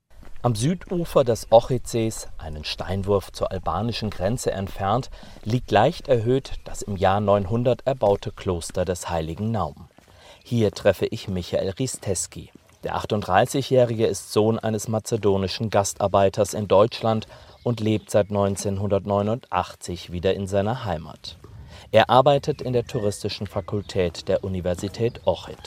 O: Am Südufer des Ohridsees, einen Steinwurf zur albanischen Grenze entfernt, liegt leicht erhöht das im Jahr neunhundert erbaute Kloster des Heiligen Naum. Hier treffe ich Michael Risteski. Der achtunddreißigjährige ist Sohn eines mazedonischen Gastarbeiters in Deutschland und lebt seit neunzehnhundertneunundachtzig wieder in seiner Heimat. Er arbeitet in der touristischen Fakultät der Universität Ohrid.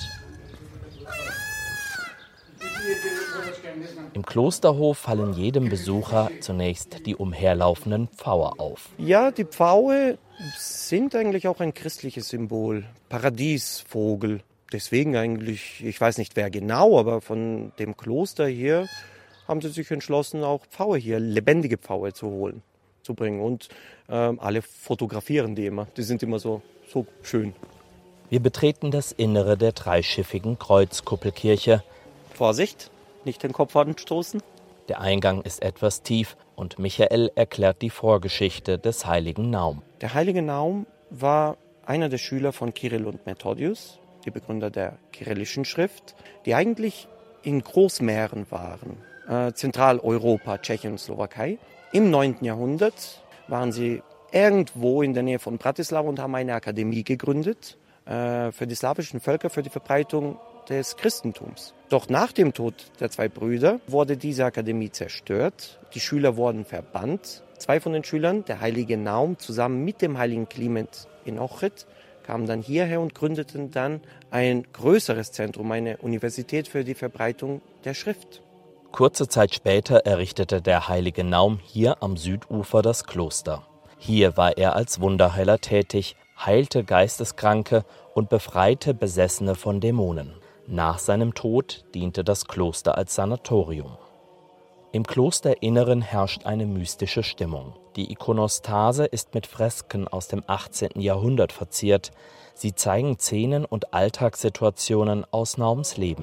O: Im Klosterhof fallen jedem Besucher zunächst die umherlaufenden Pfauer auf.
P: Ja, die Pfaue sind eigentlich auch ein christliches Symbol, Paradiesvogel. Deswegen eigentlich, ich weiß nicht wer genau, aber von dem Kloster hier haben sie sich entschlossen, auch Pfaue hier, lebendige Pfaue zu holen, zu bringen. Und ähm, alle fotografieren die immer. Die sind immer so, so schön.
O: Wir betreten das Innere der dreischiffigen Kreuzkuppelkirche.
P: Vorsicht, nicht den Kopf anstoßen.
O: Der Eingang ist etwas tief und Michael erklärt die Vorgeschichte des heiligen Naum.
P: Der heilige Naum war einer der Schüler von Kyrill und Methodius, die Begründer der kyrillischen Schrift, die eigentlich in Großmähren waren, äh, Zentraleuropa, Tschechien und Slowakei. Im neunten Jahrhundert waren sie irgendwo in der Nähe von Bratislava und haben eine Akademie gegründet äh, für die slawischen Völker, für die Verbreitung des Christentums. Doch nach dem Tod der zwei Brüder wurde diese Akademie zerstört. Die Schüler wurden verbannt. Zwei von den Schülern, der heilige Naum, zusammen mit dem heiligen Kliment in Ohrid, kamen dann hierher und gründeten dann ein größeres Zentrum, eine Universität für die Verbreitung der Schrift.
O: Kurze Zeit später errichtete der heilige Naum hier am Südufer das Kloster. Hier war er als Wunderheiler tätig, heilte Geisteskranke und befreite Besessene von Dämonen. Nach seinem Tod diente das Kloster als Sanatorium. Im Klosterinneren herrscht eine mystische Stimmung. Die Ikonostase ist mit Fresken aus dem achtzehnten Jahrhundert verziert. Sie zeigen Szenen und Alltagssituationen aus Naums Leben.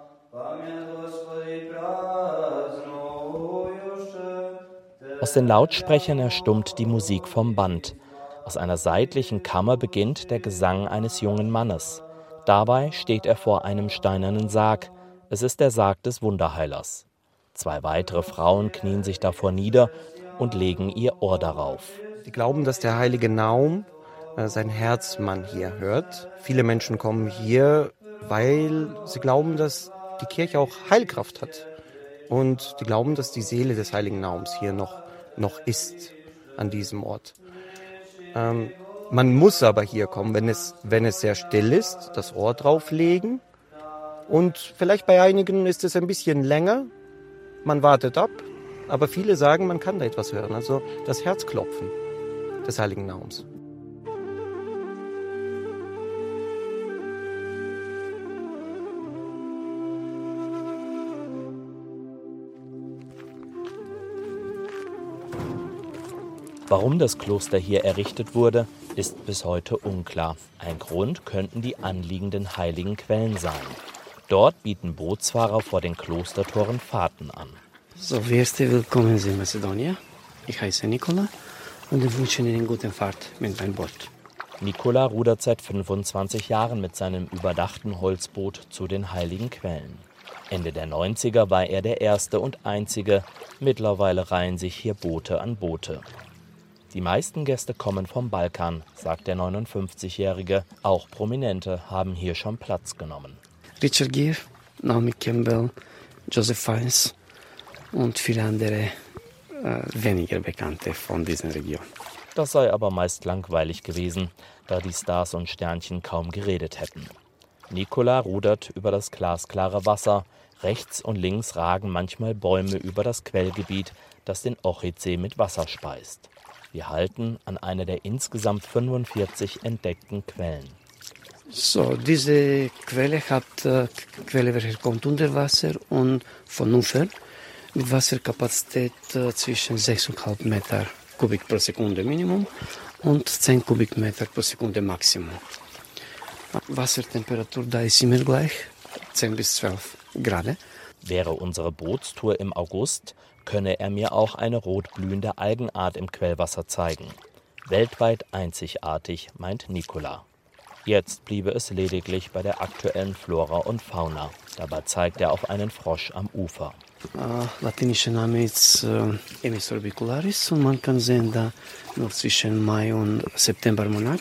O: Aus den Lautsprechern erstummt die Musik vom Band. Aus einer seitlichen Kammer beginnt der Gesang eines jungen Mannes. Dabei steht er vor einem steinernen Sarg. Es ist der Sarg des Wunderheilers. Zwei weitere Frauen knien sich davor nieder und legen ihr Ohr darauf.
P: Sie glauben, dass der heilige Naum äh, sein Herzmann hier hört. Viele Menschen kommen hier, weil sie glauben, dass die Kirche auch Heilkraft hat. Und die glauben, dass die Seele des heiligen Naums hier noch, noch ist, an diesem Ort. Ähm, Man muss aber hier kommen, wenn es, wenn es sehr still ist, das Ohr drauflegen. Und vielleicht bei einigen ist es ein bisschen länger. Man wartet ab. Aber viele sagen, man kann da etwas hören. Also das Herzklopfen des heiligen Naums.
O: Warum das Kloster hier errichtet wurde, ist bis heute unklar. Ein Grund könnten die anliegenden heiligen Quellen sein. Dort bieten Bootsfahrer vor den Klostertoren Fahrten an.
N: So, wie erste willkommen in Mazedonien. Ich heiße Nikola und ich wünsche Ihnen gute Fahrt mit meinem Boot.
O: Nikola rudert seit fünfundzwanzig Jahren mit seinem überdachten Holzboot zu den heiligen Quellen. Ende der neunziger war er der erste und einzige. Mittlerweile reihen sich hier Boote an Boote. Die meisten Gäste kommen vom Balkan, sagt der neunundfünfzigjährige. Auch Prominente haben hier schon Platz genommen.
N: Richard Gere, Naomi Campbell, Joseph Fiennes und viele andere äh, weniger Bekannte von dieser Region.
O: Das sei aber meist langweilig gewesen, da die Stars und Sternchen kaum geredet hätten. Nikola rudert über das glasklare Wasser. Rechts und links ragen manchmal Bäume über das Quellgebiet, das den Ochidsee mit Wasser speist. Wir halten an einer der insgesamt fünfundvierzig entdeckten Quellen.
N: So, diese Quelle hat äh, Quelle, welche kommt unter Wasser und von Ufer mit Wasserkapazität äh, zwischen sechs Komma fünf Meter Kubik pro Sekunde Minimum und zehn Kubikmeter pro Sekunde Maximum. Wassertemperatur da ist immer gleich, zehn bis zwölf Grad.
O: Wäre unsere Bootstour im August, könne er mir auch eine rotblühende Algenart im Quellwasser zeigen. Weltweit einzigartig, meint Nikola. Jetzt bliebe es lediglich bei der aktuellen Flora und Fauna. Dabei zeigt er auf einen Frosch am Ufer.
N: Uh, latinischer Name ist uh, Emys orbicularis und man kann sehen da nur zwischen Mai und Septembermonat.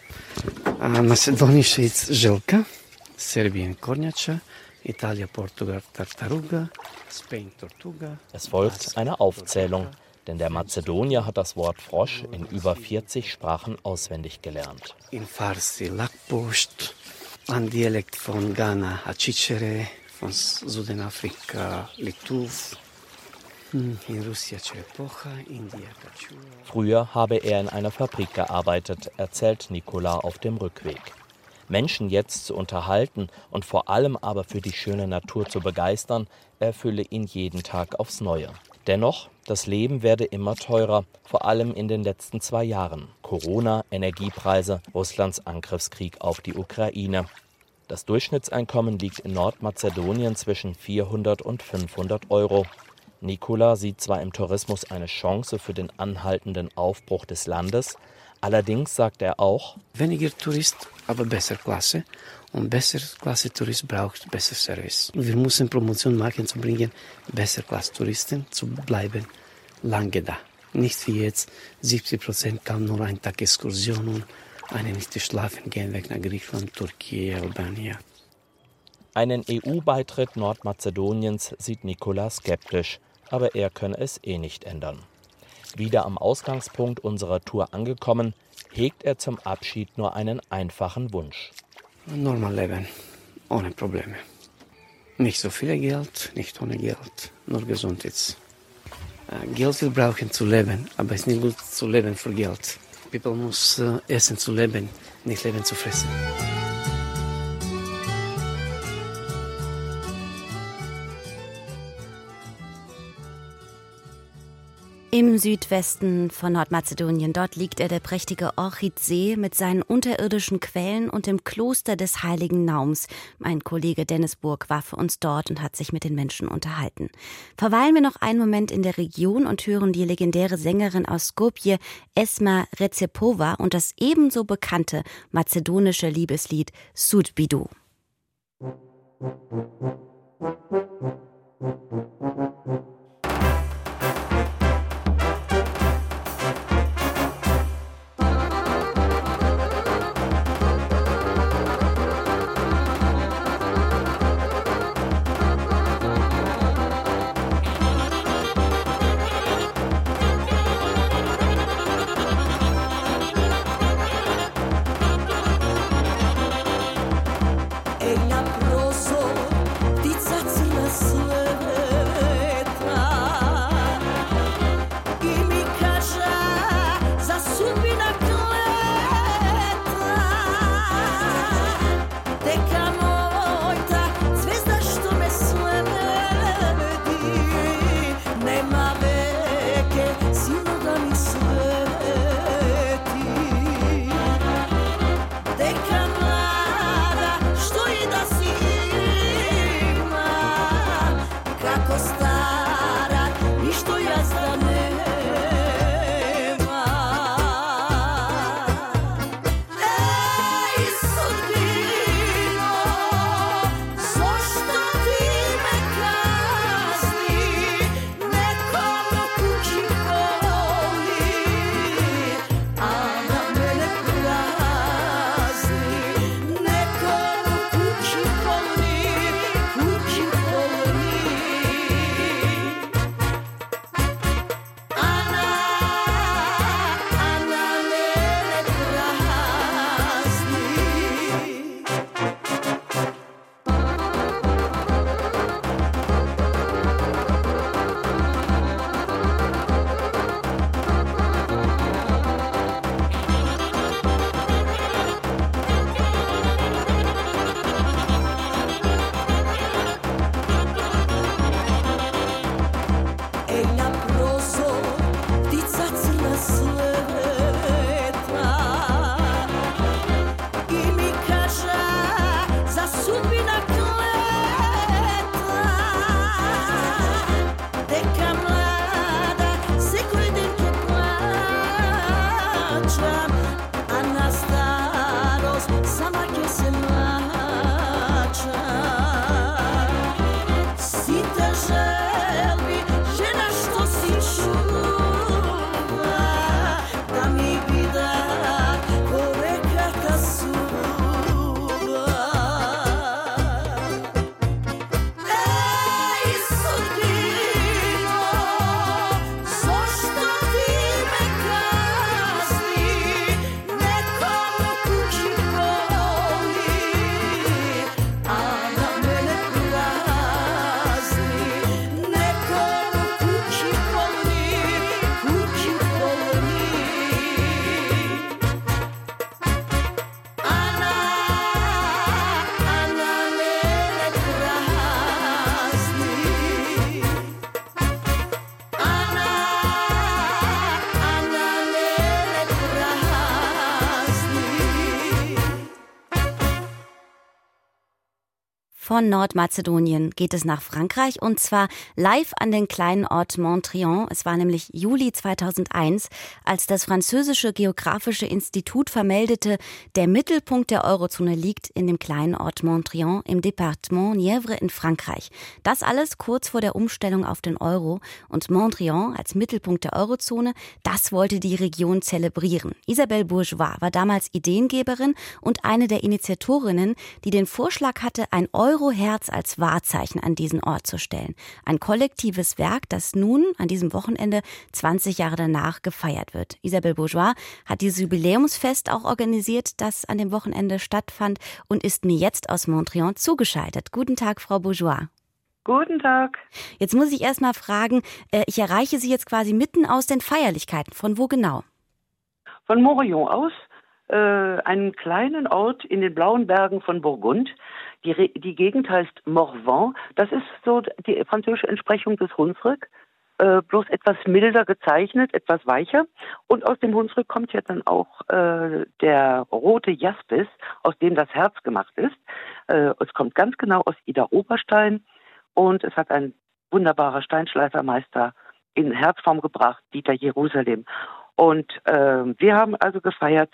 N: Uh, Mazedonische ist Želka, Serbien Kornjača, Italien, Portugal, Tartaruga, Spain, Tortuga.
O: Es folgt eine Aufzählung, denn der Mazedonier hat das Wort Frosch in über vierzig Sprachen auswendig gelernt.
N: In Farsi Lakpost, ein Dialekt von Ghana Achichere, von Südafrika Lituf, in Russia Cherepocha, India Kachura.
O: Früher habe er in einer Fabrik gearbeitet, erzählt Nikola auf dem Rückweg. Menschen jetzt zu unterhalten und vor allem aber für die schöne Natur zu begeistern, erfülle ihn jeden Tag aufs Neue. Dennoch, das Leben werde immer teurer, vor allem in den letzten zwei Jahren. Corona, Energiepreise, Russlands Angriffskrieg auf die Ukraine. Das Durchschnittseinkommen liegt in Nordmazedonien zwischen vierhundert und fünfhundert Euro. Nikola sieht zwar im Tourismus eine Chance für den anhaltenden Aufbruch des Landes, allerdings sagt er auch:
N: Weniger Tourist, aber besser Klasse. Und besser Klasse Tourist braucht besser Service. Wir müssen Promotion machen, zu bringen, besser Klasse Touristen zu bleiben lange da. Nicht wie jetzt, siebzig Prozent kann nur ein Tag Exkursion und eine nicht schlafen gehen weg nach Griechenland, Türkei, Albanien.
O: Einen E U-Beitritt Nordmazedoniens sieht Nikola skeptisch, aber er könne es eh nicht ändern. Wieder am Ausgangspunkt unserer Tour angekommen, hegt er zum Abschied nur einen einfachen Wunsch.
N: Normal leben, ohne Probleme. Nicht so viel Geld, nicht ohne Geld, nur Gesundheit. Geld wir brauchen zu leben, aber es ist nicht gut zu leben für Geld. People muss uh, essen zu leben, nicht leben zu fressen.
B: Im Südwesten von Nordmazedonien, dort liegt er, der prächtige Orchidsee mit seinen unterirdischen Quellen und dem Kloster des Heiligen Naums. Mein Kollege Dennis Burg war für uns dort und hat sich mit den Menschen unterhalten. Verweilen wir noch einen Moment in der Region und hören die legendäre Sängerin aus Skopje, Esma Recepova, und das ebenso bekannte mazedonische Liebeslied Sudbidu.
Q: Ella proso, ti zacina sveta
B: Von Nordmazedonien geht es nach Frankreich und zwar live an den kleinen Ort Montriond. Es war nämlich Juli zweitausendeins, als das französische Geografische Institut vermeldete, der Mittelpunkt der Eurozone liegt in dem kleinen Ort Montriond im Departement Nièvre in Frankreich. Das alles kurz vor der Umstellung auf den Euro und Montriond als Mittelpunkt der Eurozone, das wollte die Region zelebrieren. Isabelle Bourgeois war damals Ideengeberin und eine der Initiatorinnen, die den Vorschlag hatte, ein Euroherz als Wahrzeichen an diesen Ort zu stellen. Ein kollektives Werk, das nun an diesem Wochenende zwanzig Jahre danach gefeiert wird. Isabelle Bourgeois hat dieses Jubiläumsfest auch organisiert, das an dem Wochenende stattfand und ist mir jetzt aus Montriond zugeschaltet. Guten Tag, Frau Bourgeois.
Q: Guten Tag.
B: Jetzt muss ich erst mal fragen, ich erreiche Sie jetzt quasi mitten aus den Feierlichkeiten. Von wo genau?
Q: Von Morillon aus, äh, einen kleinen Ort in den blauen Bergen von Burgund. Die, Re- die Gegend heißt Morvan. Das ist so die französische Entsprechung des Hunsrück, äh, bloß etwas milder gezeichnet, etwas weicher. Und aus dem Hunsrück kommt ja dann auch äh, der rote Jaspis, aus dem das Herz gemacht ist. Äh, es kommt ganz genau aus Ida Oberstein und es hat ein wunderbarer Steinschleifermeister in Herzform gebracht, Dieter Jerusalem. Und äh, wir haben also gefeiert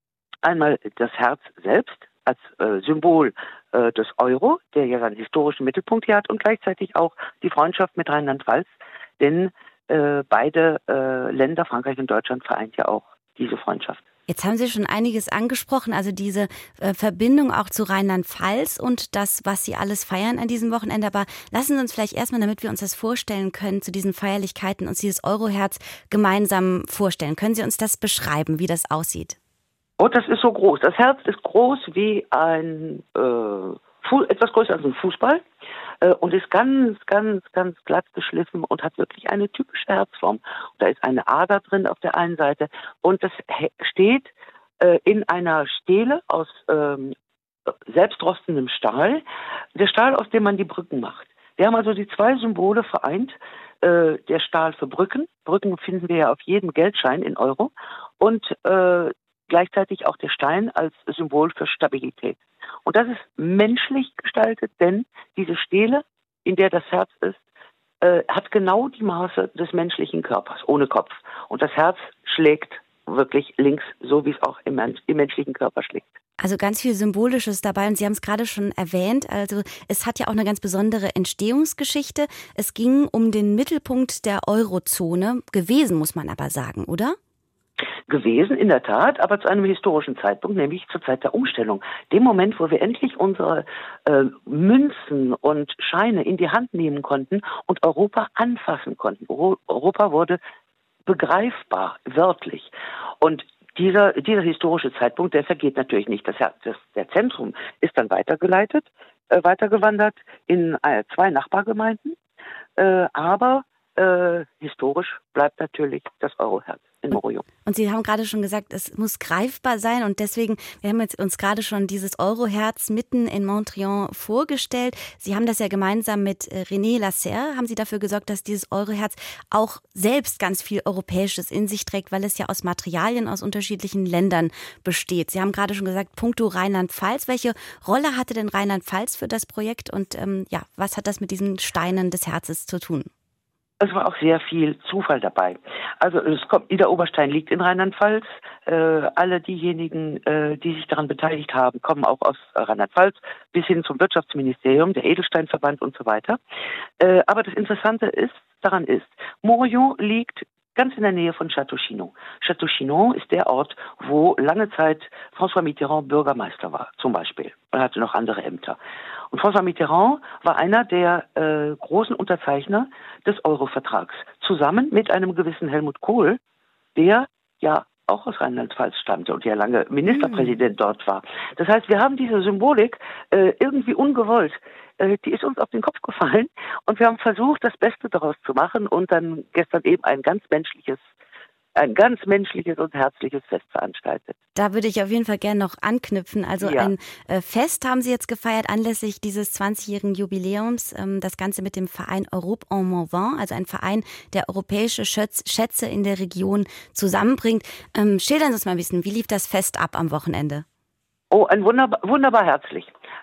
Q: einmal das Herz selbst als äh, Symbol äh, des Euro, der ja seinen historischen Mittelpunkt hier hat, und gleichzeitig auch die Freundschaft mit Rheinland-Pfalz, denn äh, beide äh, Länder, Frankreich und Deutschland, vereint ja auch diese Freundschaft.
B: Jetzt haben Sie schon einiges angesprochen, also diese äh, Verbindung auch zu Rheinland-Pfalz und das, was Sie alles feiern an diesem Wochenende. Aber lassen Sie uns vielleicht erstmal, damit wir uns das vorstellen können, zu diesen Feierlichkeiten, uns dieses Euroherz gemeinsam vorstellen. Können Sie uns das beschreiben, wie das aussieht?
Q: Oh, das ist so groß. Das Herz ist groß wie ein, äh, Fu- etwas größer als ein Fußball äh, und ist ganz, ganz, ganz glatt geschliffen und hat wirklich eine typische Herzform. Da ist eine Ader drin auf der einen Seite und das he- steht äh, in einer Stele aus ähm, selbstrostendem Stahl. Der Stahl, aus dem man die Brücken macht. Wir haben also die zwei Symbole vereint. Äh, der Stahl für Brücken. Brücken finden wir ja auf jedem Geldschein in Euro. Und äh, gleichzeitig auch der Stein als Symbol für Stabilität. Und das ist menschlich gestaltet, denn diese Stele, in der das Herz ist, äh, hat genau die Maße des menschlichen Körpers, ohne Kopf. Und das Herz schlägt wirklich links, so wie es auch im, im menschlichen Körper schlägt.
B: Also ganz viel Symbolisches dabei und Sie haben es gerade schon erwähnt, also es hat ja auch eine ganz besondere Entstehungsgeschichte. Es ging um den Mittelpunkt der Eurozone, gewesen muss man aber sagen, oder?
Q: Gewesen, in der Tat, aber zu einem historischen Zeitpunkt, nämlich zur Zeit der Umstellung. Dem Moment, wo wir endlich unsere äh, Münzen und Scheine in die Hand nehmen konnten und Europa anfassen konnten. Euro- Europa wurde begreifbar, wörtlich. Und dieser, dieser historische Zeitpunkt, der vergeht natürlich nicht. Das, das, der Zentrum ist dann weitergeleitet, äh, weitergewandert in äh, zwei Nachbargemeinden, äh, aber äh, historisch bleibt natürlich das Euroherz in Morillon.
B: Und Sie haben gerade schon gesagt, es muss greifbar sein und deswegen, wir haben jetzt uns gerade schon dieses Euroherz mitten in Montriond vorgestellt. Sie haben das ja gemeinsam mit René Lasserre, haben Sie dafür gesorgt, dass dieses Euroherz auch selbst ganz viel Europäisches in sich trägt, weil es ja aus Materialien aus unterschiedlichen Ländern besteht. Sie haben gerade schon gesagt, puncto Rheinland-Pfalz. Welche Rolle hatte denn Rheinland-Pfalz für das Projekt und ähm, ja, was hat das mit diesen Steinen des Herzens zu tun?
Q: Es war auch sehr viel Zufall dabei. Also es kommt, Ida Oberstein liegt in Rheinland-Pfalz. Äh, alle diejenigen, äh, die sich daran beteiligt haben, kommen auch aus Rheinland-Pfalz bis hin zum Wirtschaftsministerium, der Edelsteinverband und so weiter. Äh, aber das Interessante ist, daran ist, Morillon liegt ganz in der Nähe von Château-Chinon. Château-Chinon ist der Ort, wo lange Zeit François Mitterrand Bürgermeister war, zum Beispiel. Er hatte noch andere Ämter. Und François Mitterrand war einer der äh, großen Unterzeichner des Euro-Vertrags, zusammen mit einem gewissen Helmut Kohl, der ja auch aus Rheinland-Pfalz stammte und ja lange Ministerpräsident mhm. dort war. Das heißt, wir haben diese Symbolik äh, irgendwie ungewollt, äh, die ist uns auf den Kopf gefallen und wir haben versucht, das Beste daraus zu machen und dann gestern eben ein ganz menschliches ein ganz menschliches und herzliches Fest veranstaltet.
B: Da würde ich auf jeden Fall gerne noch anknüpfen. Also ja. ein äh, Fest haben Sie jetzt gefeiert anlässlich dieses zwanzigjährigen Jubiläums. Ähm, das Ganze mit dem Verein Europe en Mouvement, also ein Verein, der europäische Schätz- Schätze in der Region zusammenbringt. Ähm, schildern Sie uns mal ein bisschen, wie lief das Fest ab am Wochenende?
Q: Oh, ein wunderbar, wunderbar herzlich.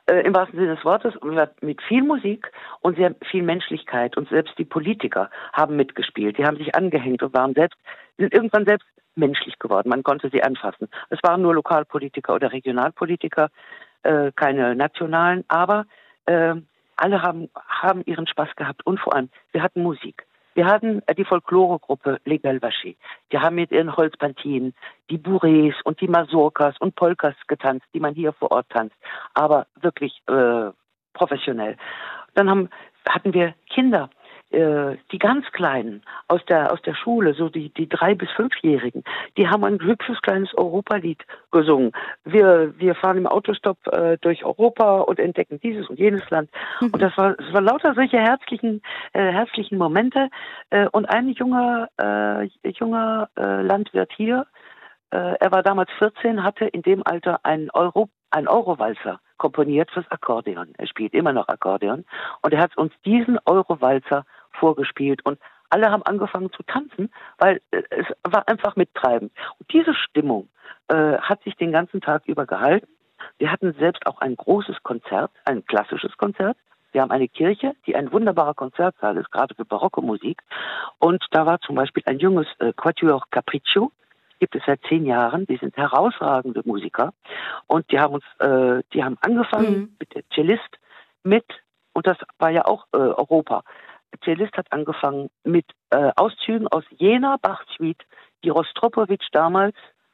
Q: äh, im wahrsten Sinne des Wortes, mit viel Musik und sehr viel Menschlichkeit. Und selbst die Politiker haben mitgespielt. Die haben sich angehängt und waren selbst, sind irgendwann selbst menschlich geworden. Man konnte sie anfassen. Es waren nur Lokalpolitiker oder Regionalpolitiker, äh, keine nationalen, aber äh, alle haben, haben ihren Spaß gehabt. Und vor allem, wir hatten Musik. Wir hatten die Folkloregruppe Les Galvachés. Die haben mit ihren Holzpantinen die Bourrées und die Mazurkas und Polkas getanzt, die man hier vor Ort tanzt. Aber wirklich äh, professionell. Dann haben, hatten wir Kinder, äh, die ganz Kleinen aus der, aus der Schule, so die, die drei- bis fünfjährigen, die haben ein hübsches kleines Europalied gesungen. Wir, wir fahren im Autostopp äh, durch Europa und entdecken dieses und jenes Land. Mhm. Und das war, das war lauter solche herzlichen, äh, herzlichen Momente. Äh, und ein junger, äh, junger äh, Landwirt hier, äh, er war damals vierzehn, hatte in dem Alter einen Euro, einen Eurowalzer komponiert fürs Akkordeon. Er spielt immer noch Akkordeon. Und er hat uns diesen Eurowalzer vorgespielt. Und alle haben angefangen zu tanzen, weil äh, es war einfach mittreibend. Und diese Stimmung äh, hat sich den ganzen Tag über gehalten. Wir hatten selbst auch ein großes Konzert, ein klassisches Konzert. Wir haben eine Kirche, die ein wunderbarer Konzertsaal ist, gerade für barocke Musik. Und da war zum Beispiel ein junges äh, Quatuor Capriccio, gibt es seit zehn Jahren. Die sind herausragende Musiker. Und die haben uns, äh, die haben angefangen mhm. mit der Cellist mit, und das war ja auch äh, Europa. Der Cellist hat angefangen mit äh, Auszügen aus jener Bach-Suite, die Rostropowitsch damals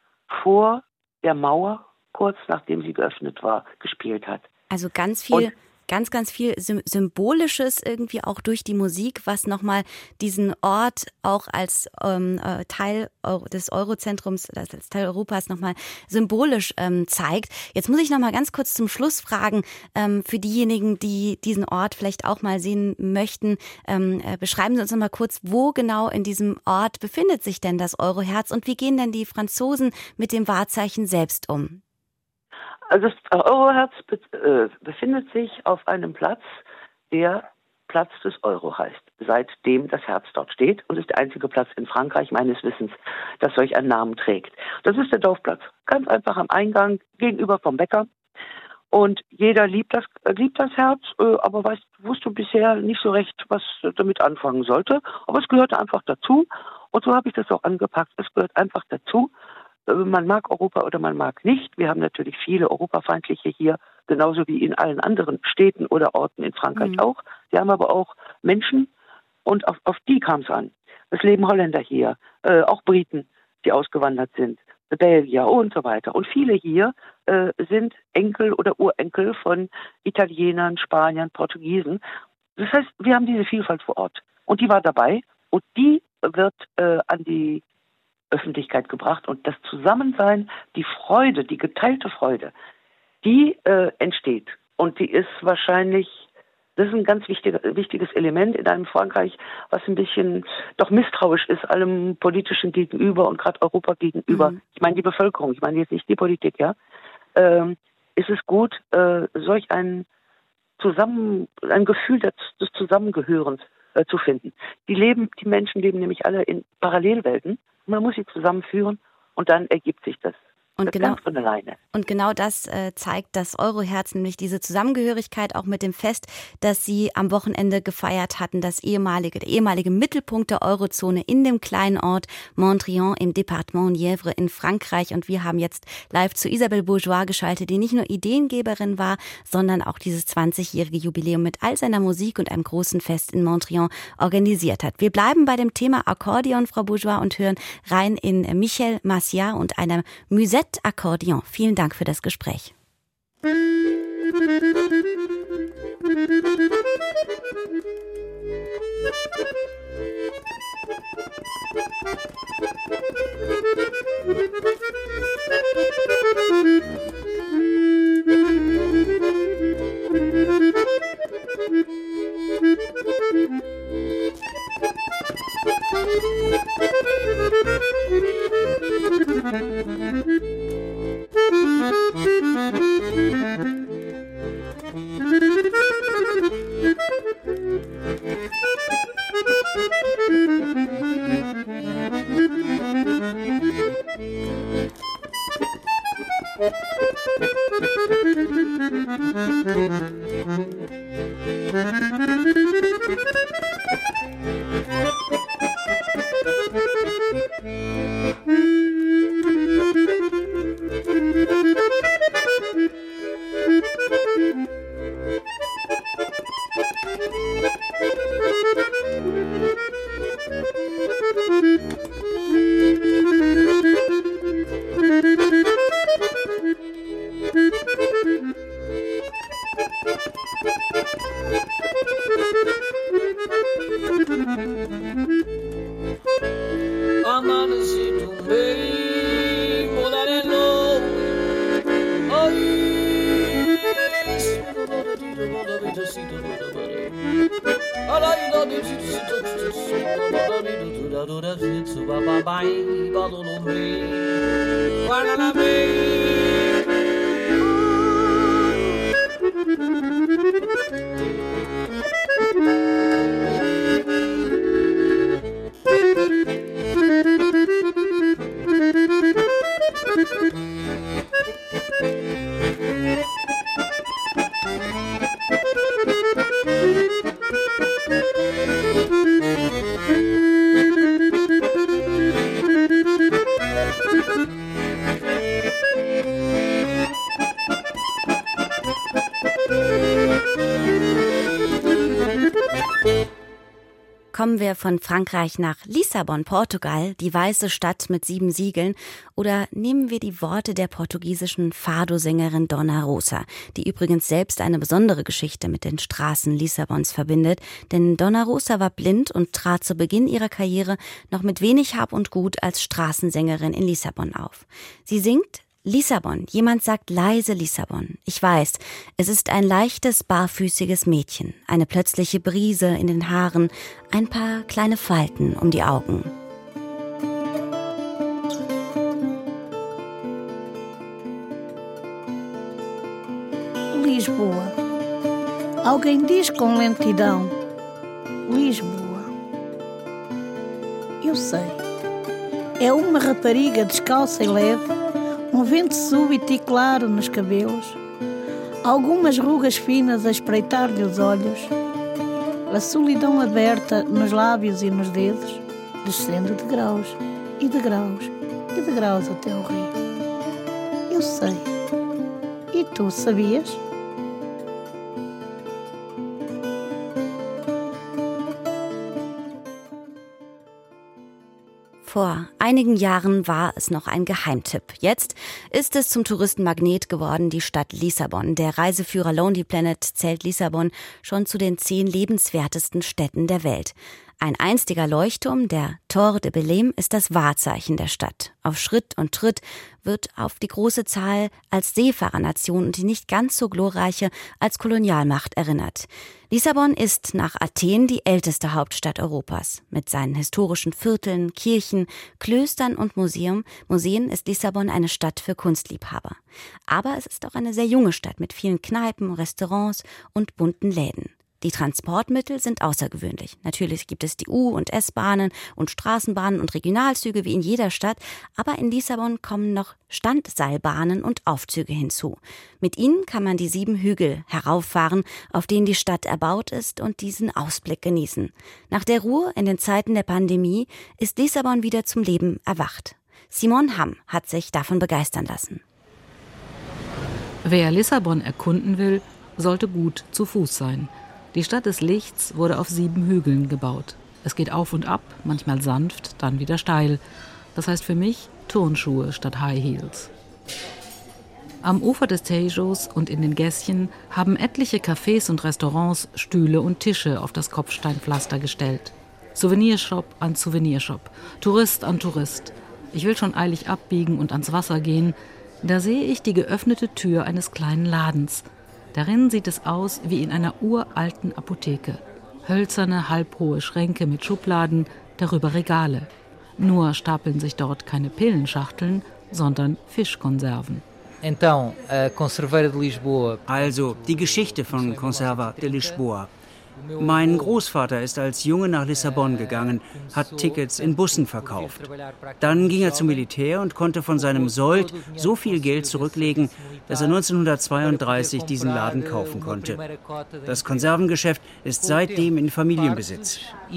Q: vor der Mauer, kurz nachdem sie geöffnet war, gespielt hat.
B: Also ganz viel... Und Ganz, ganz viel Symbolisches irgendwie auch durch die Musik, was nochmal diesen Ort auch als ähm, Teil des Eurozentrums, als Teil Europas nochmal symbolisch ähm, zeigt. Jetzt muss ich nochmal ganz kurz zum Schluss fragen, ähm, für diejenigen, die diesen Ort vielleicht auch mal sehen möchten, ähm, äh, beschreiben Sie uns nochmal kurz, wo genau in diesem Ort befindet sich denn das Euroherz und wie gehen denn die Franzosen mit dem Wahrzeichen selbst um?
Q: Also das Euroherz be- äh, befindet sich auf einem Platz, der Platz des Euro heißt, seitdem das Herz dort steht und ist der einzige Platz in Frankreich meines Wissens, das solch einen Namen trägt. Das ist der Dorfplatz, ganz einfach am Eingang gegenüber vom Bäcker. Und jeder liebt das, äh, liebt das Herz, äh, aber weißt, wusste bisher nicht so recht, was damit anfangen sollte. Aber es gehörte einfach dazu und so habe ich das auch angepackt. Es gehört einfach dazu. Man mag Europa oder man mag nicht. Wir haben natürlich viele Europafeindliche hier, genauso wie in allen anderen Städten oder Orten in Frankreich mhm. auch. Wir haben aber auch Menschen und auf, auf die kam es an. Es leben Holländer hier, äh, auch Briten, die ausgewandert sind, Belgier und so weiter. Und viele hier äh, sind Enkel oder Urenkel von Italienern, Spaniern, Portugiesen. Das heißt, wir haben diese Vielfalt vor Ort. Und die war dabei und die wird äh, an die Öffentlichkeit gebracht und das Zusammensein, die Freude, die geteilte Freude, die äh, entsteht und die ist wahrscheinlich, das ist ein ganz wichtiger, wichtiges Element in einem Frankreich, was ein bisschen doch misstrauisch ist allem Politischen gegenüber und gerade Europa gegenüber. Mhm. Ich meine die Bevölkerung, ich meine jetzt nicht die Politik, ja. Ähm, ist es gut, äh, solch ein Zusammen, ein Gefühl des, des Zusammengehörens äh, zu finden. Die leben, die Menschen leben nämlich alle in Parallelwelten. Man muss sie zusammenführen und dann ergibt sich das.
B: Und
Q: das
B: genau,
Q: ganz von alleine.
B: Und genau das äh, zeigt das Euroherz, nämlich diese Zusammengehörigkeit auch mit dem Fest, das Sie am Wochenende gefeiert hatten, das ehemalige, der ehemalige Mittelpunkt der Eurozone in dem kleinen Ort Montriond im Departement Nièvre in Frankreich. Und wir haben jetzt live zu Isabelle Bourgeois geschaltet, die nicht nur Ideengeberin war, sondern auch dieses zwanzigjährige Jubiläum mit all seiner Musik und einem großen Fest in Montriond organisiert hat. Wir bleiben bei dem Thema Akkordeon, Frau Bourgeois, und hören rein in Michel Massiat und einer Musette Akkordeon. Vielen Dank für das Gespräch.
I: Thank you.
B: Kommen wir von Frankreich nach Lissabon, Portugal, die weiße Stadt mit sieben Siegeln, oder nehmen wir die Worte der portugiesischen Fado-Sängerin Dona Rosa, die übrigens selbst eine besondere Geschichte mit den Straßen Lissabons verbindet, denn Dona Rosa war blind und trat zu Beginn ihrer Karriere noch mit wenig Hab und Gut als Straßensängerin in Lissabon auf. Sie singt Lissabon. Jemand sagt leise Lissabon. Ich weiß, es ist ein leichtes, barfüßiges Mädchen. Eine plötzliche Brise in den Haaren, ein paar kleine Falten um die Augen.
R: Lisboa. Alguém diz com lentidão. Lisboa. Eu sei. É uma rapariga descalça e leve, um vento súbito e claro nos cabelos, algumas rugas finas a espreitar-lhe os olhos, a solidão aberta nos lábios e nos dedos, descendo de graus e de graus e de graus até ao rio. Eu sei. E tu sabias?
B: Vor einigen Jahren war es noch ein Geheimtipp. Jetzt ist es zum Touristenmagnet geworden, die Stadt Lissabon. Der Reiseführer Lonely Planet zählt Lissabon schon zu den zehn lebenswertesten Städten der Welt. Ein einstiger Leuchtturm, der Torre de Belém, ist das Wahrzeichen der Stadt. Auf Schritt und Tritt wird auf die große Zahl als Seefahrernation und die nicht ganz so glorreiche als Kolonialmacht erinnert. Lissabon ist nach Athen die älteste Hauptstadt Europas. Mit seinen historischen Vierteln, Kirchen, Klöstern und Museum, Museen ist Lissabon eine Stadt für Kunstliebhaber. Aber es ist auch eine sehr junge Stadt mit vielen Kneipen, Restaurants und bunten Läden. Die Transportmittel sind außergewöhnlich. Natürlich gibt es die U- und S-Bahnen und Straßenbahnen und Regionalzüge wie in jeder Stadt, aber in Lissabon kommen noch Standseilbahnen und Aufzüge hinzu. Mit ihnen kann man die sieben Hügel herauffahren, auf denen die Stadt erbaut ist, und diesen Ausblick genießen. Nach der Ruhe in den Zeiten der Pandemie ist Lissabon wieder zum Leben erwacht. Simon Hamm hat sich davon begeistern lassen.
S: Wer Lissabon erkunden will, sollte gut zu Fuß sein. Die Stadt des Lichts wurde auf sieben Hügeln gebaut. Es geht auf und ab, manchmal sanft, dann wieder steil. Das heißt für mich Turnschuhe statt High Heels. Am Ufer des Tejos und in den Gässchen haben etliche Cafés und Restaurants Stühle und Tische auf das Kopfsteinpflaster gestellt. Souvenirshop an Souvenirshop, Tourist an Tourist. Ich will schon eilig abbiegen und ans Wasser gehen. Da sehe ich die geöffnete Tür eines kleinen Ladens. Darin sieht es aus wie in einer uralten Apotheke. Hölzerne, halbhohe Schränke mit Schubladen, darüber Regale. Nur stapeln sich dort keine Pillenschachteln, sondern Fischkonserven.
T: Então, a Conserveira de Lisboa.
U: Also, die Geschichte von Conserva de Lisboa. Mein Großvater ist als Junge nach Lissabon gegangen, hat Tickets in Bussen verkauft. Dann ging er zum Militär und konnte von seinem Sold so viel Geld zurücklegen, dass er neunzehnhundertzweiunddreißig diesen Laden kaufen konnte. Das Konservengeschäft ist seitdem in Familienbesitz.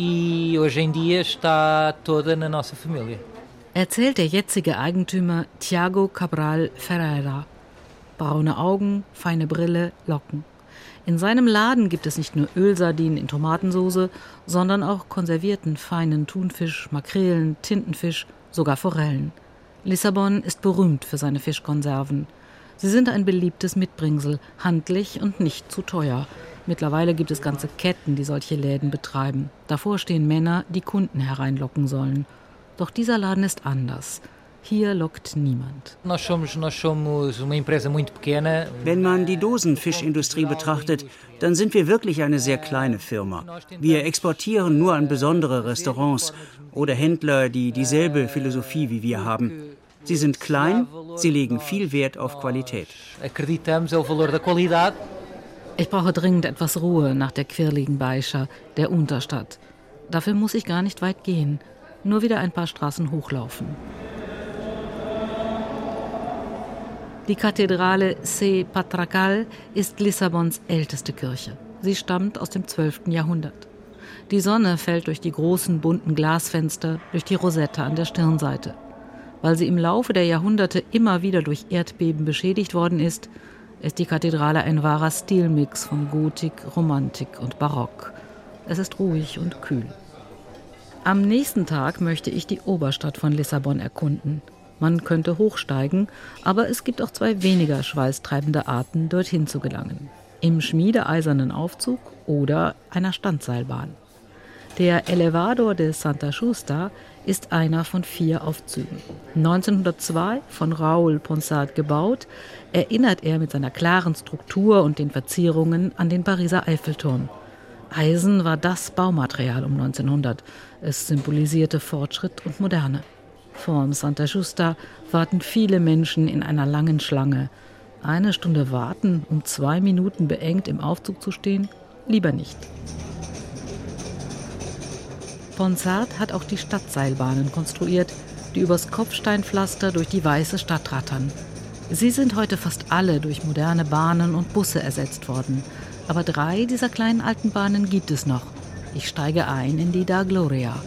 S: Erzählt der jetzige Eigentümer Tiago Cabral Ferreira. Braune Augen, feine Brille, Locken. In seinem Laden gibt es nicht nur Ölsardinen in Tomatensoße, sondern auch konservierten feinen Thunfisch, Makrelen, Tintenfisch, sogar Forellen. Lissabon ist berühmt für seine Fischkonserven. Sie sind ein beliebtes Mitbringsel, handlich und nicht zu teuer. Mittlerweile gibt es ganze Ketten, die solche Läden betreiben. Davor stehen Männer, die Kunden hereinlocken sollen. Doch dieser Laden ist anders. Hier lockt niemand.
U: Wenn man die Dosenfischindustrie betrachtet, dann sind wir wirklich eine sehr kleine Firma. Wir exportieren nur an besondere Restaurants oder Händler, die dieselbe Philosophie wie wir haben. Sie sind klein, sie legen viel Wert auf Qualität.
S: Ich brauche dringend etwas Ruhe nach der quirligen Baixa, der Unterstadt. Dafür muss ich gar nicht weit gehen, nur wieder ein paar Straßen hochlaufen. Die Kathedrale Se Patracal ist Lissabons älteste Kirche. Sie stammt aus dem zwölften Jahrhundert. Die Sonne fällt durch die großen bunten Glasfenster, durch die Rosette an der Stirnseite. Weil sie im Laufe der Jahrhunderte immer wieder durch Erdbeben beschädigt worden ist, ist die Kathedrale ein wahrer Stilmix von Gotik, Romantik und Barock. Es ist ruhig und kühl. Am nächsten Tag möchte ich die Oberstadt von Lissabon erkunden. Man könnte hochsteigen, aber es gibt auch zwei weniger schweißtreibende Arten, dorthin zu gelangen. Im schmiedeeisernen Aufzug oder einer Standseilbahn. Der Elevador de Santa Justa ist einer von vier Aufzügen. neunzehnhundertzwei von Raúl Ponsard gebaut, erinnert er mit seiner klaren Struktur und den Verzierungen an den Pariser Eiffelturm. Eisen war das Baumaterial um neunzehnhundert. Es symbolisierte Fortschritt und Moderne. Vorm Santa Justa warten viele Menschen in einer langen Schlange. Eine Stunde warten, um zwei Minuten beengt im Aufzug zu stehen? Lieber nicht. Ponsard hat auch die Stadtseilbahnen konstruiert, die übers Kopfsteinpflaster durch die weiße Stadt rattern. Sie sind heute fast alle durch moderne Bahnen und Busse ersetzt worden. Aber drei dieser kleinen alten Bahnen gibt es noch. Ich steige ein in die Da Gloria.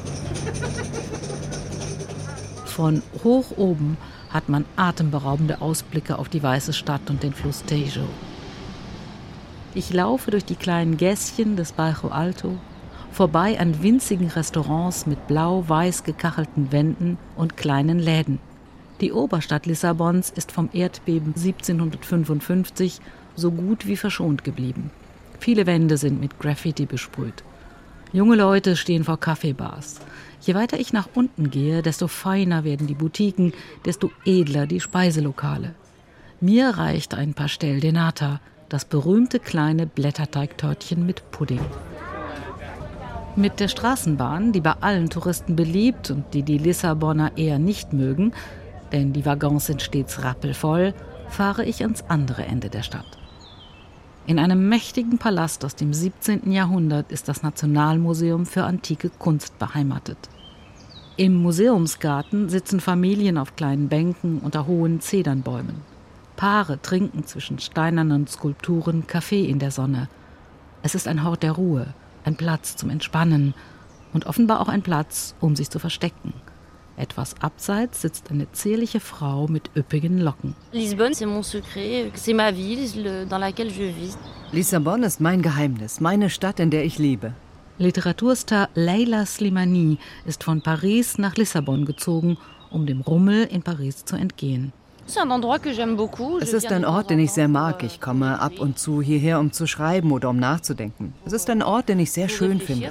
S: Von hoch oben hat man atemberaubende Ausblicke auf die weiße Stadt und den Fluss Tejo. Ich laufe durch die kleinen Gässchen des Bairro Alto, vorbei an winzigen Restaurants mit blau-weiß gekachelten Wänden und kleinen Läden. Die Oberstadt Lissabons ist vom Erdbeben siebzehnhundertfünfundfünfzig so gut wie verschont geblieben. Viele Wände sind mit Graffiti besprüht. Junge Leute stehen vor Kaffeebars. Je weiter ich nach unten gehe, desto feiner werden die Boutiquen, desto edler die Speiselokale. Mir reicht ein Pastel de Nata, das berühmte kleine Blätterteigtörtchen mit Pudding. Mit der Straßenbahn, die bei allen Touristen beliebt und die die Lissabonner eher nicht mögen, denn die Waggons sind stets rappelvoll, fahre ich ans andere Ende der Stadt. In einem mächtigen Palast aus dem siebzehnten Jahrhundert ist das Nationalmuseum für antike Kunst beheimatet. Im Museumsgarten sitzen Familien auf kleinen Bänken unter hohen Zedernbäumen. Paare trinken zwischen steinernen Skulpturen Kaffee in der Sonne. Es ist ein Hort der Ruhe, ein Platz zum Entspannen und offenbar auch ein Platz, um sich zu verstecken. Etwas abseits sitzt eine zierliche Frau mit üppigen Locken.
D: Lisbonne, c'est mon secret, c'est ma ville, dans laquelle je vis.
V: Lissabon ist mein Geheimnis, meine Stadt, in der ich lebe.
S: Literaturstar Leila Slimani ist von Paris nach Lissabon gezogen, um dem Rummel in Paris zu entgehen.
V: Es ist ein Ort, den ich sehr mag. Ich komme ab und zu hierher, um zu schreiben oder um nachzudenken. Es ist ein Ort, den ich sehr schön finde.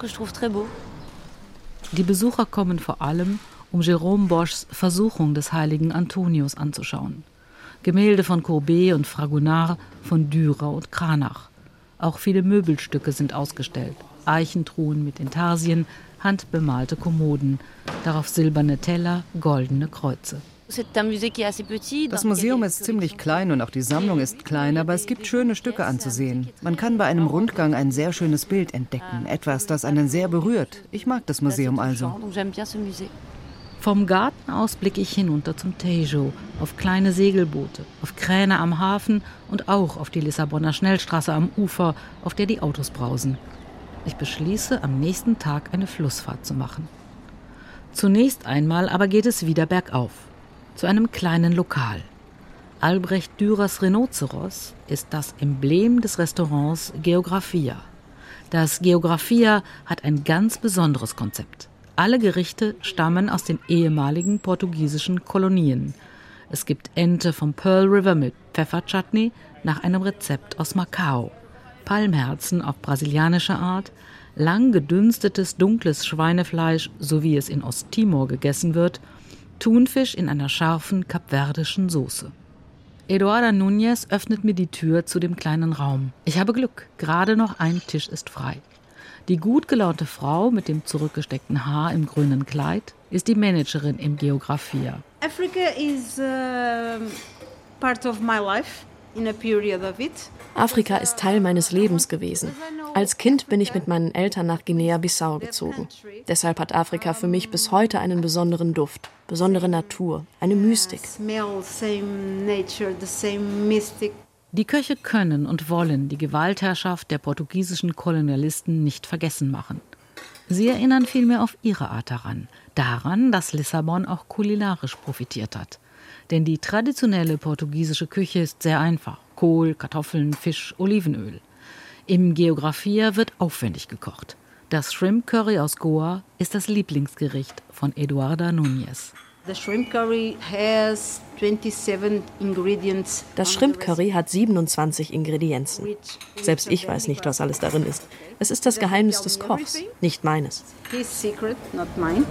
S: Die Besucher kommen vor allem, um Jérôme Boschs Versuchung des heiligen Antonius anzuschauen. Gemälde von Courbet und Fragonard, von Dürer und Cranach. Auch viele Möbelstücke sind ausgestellt. Eichentruhen mit Intarsien, handbemalte Kommoden, darauf silberne Teller, goldene Kreuze.
V: Das Museum ist ziemlich klein und auch die Sammlung ist klein, aber es gibt schöne Stücke anzusehen. Man kann bei einem Rundgang ein sehr schönes Bild entdecken, etwas, das einen sehr berührt. Ich mag das Museum also.
S: Vom Garten aus blicke ich hinunter zum Tejo, auf kleine Segelboote, auf Kräne am Hafen und auch auf die Lissabonner Schnellstraße am Ufer, auf der die Autos brausen. Ich beschließe, am nächsten Tag eine Flussfahrt zu machen. Zunächst einmal aber geht es wieder bergauf, zu einem kleinen Lokal. Albrecht Dürers Rhinoceros ist das Emblem des Restaurants Geographia. Das Geographia hat ein ganz besonderes Konzept. Alle Gerichte stammen aus den ehemaligen portugiesischen Kolonien. Es gibt Ente vom Pearl River mit Pfefferchutney nach einem Rezept aus Macau. Palmherzen auf brasilianische Art, lang gedünstetes dunkles Schweinefleisch, so wie es in Osttimor gegessen wird, Thunfisch in einer scharfen kapverdischen Soße. Eduarda Núñez öffnet mir die Tür zu dem kleinen Raum. Ich habe Glück, gerade noch ein Tisch ist frei. Die gut gelaunte Frau mit dem zurückgesteckten Haar im grünen Kleid ist die Managerin im Geographia.
C: Africa is uh, part of my life in a period of it.
G: Afrika ist Teil meines Lebens gewesen. Als Kind bin ich mit meinen Eltern nach Guinea-Bissau gezogen. Deshalb hat Afrika für mich bis heute einen besonderen Duft, besondere Natur, eine Mystik.
S: Die Köche können und wollen die Gewaltherrschaft der portugiesischen Kolonialisten nicht vergessen machen. Sie erinnern vielmehr auf ihre Art daran, daran, dass Lissabon auch kulinarisch profitiert hat. Denn die traditionelle portugiesische Küche ist sehr einfach. Kohl, Kartoffeln, Fisch, Olivenöl. Im Geographia wird aufwendig gekocht. Das Shrimp Curry aus Goa ist das Lieblingsgericht von Eduarda Núñez.
C: The shrimp curry has twenty-seven ingredients.
G: Das Shrimp Curry hat siebenundzwanzig Ingredienzen. Selbst ich weiß nicht, was alles darin ist. Es ist das Geheimnis des Kochs, nicht meines.
C: His secret, not mine.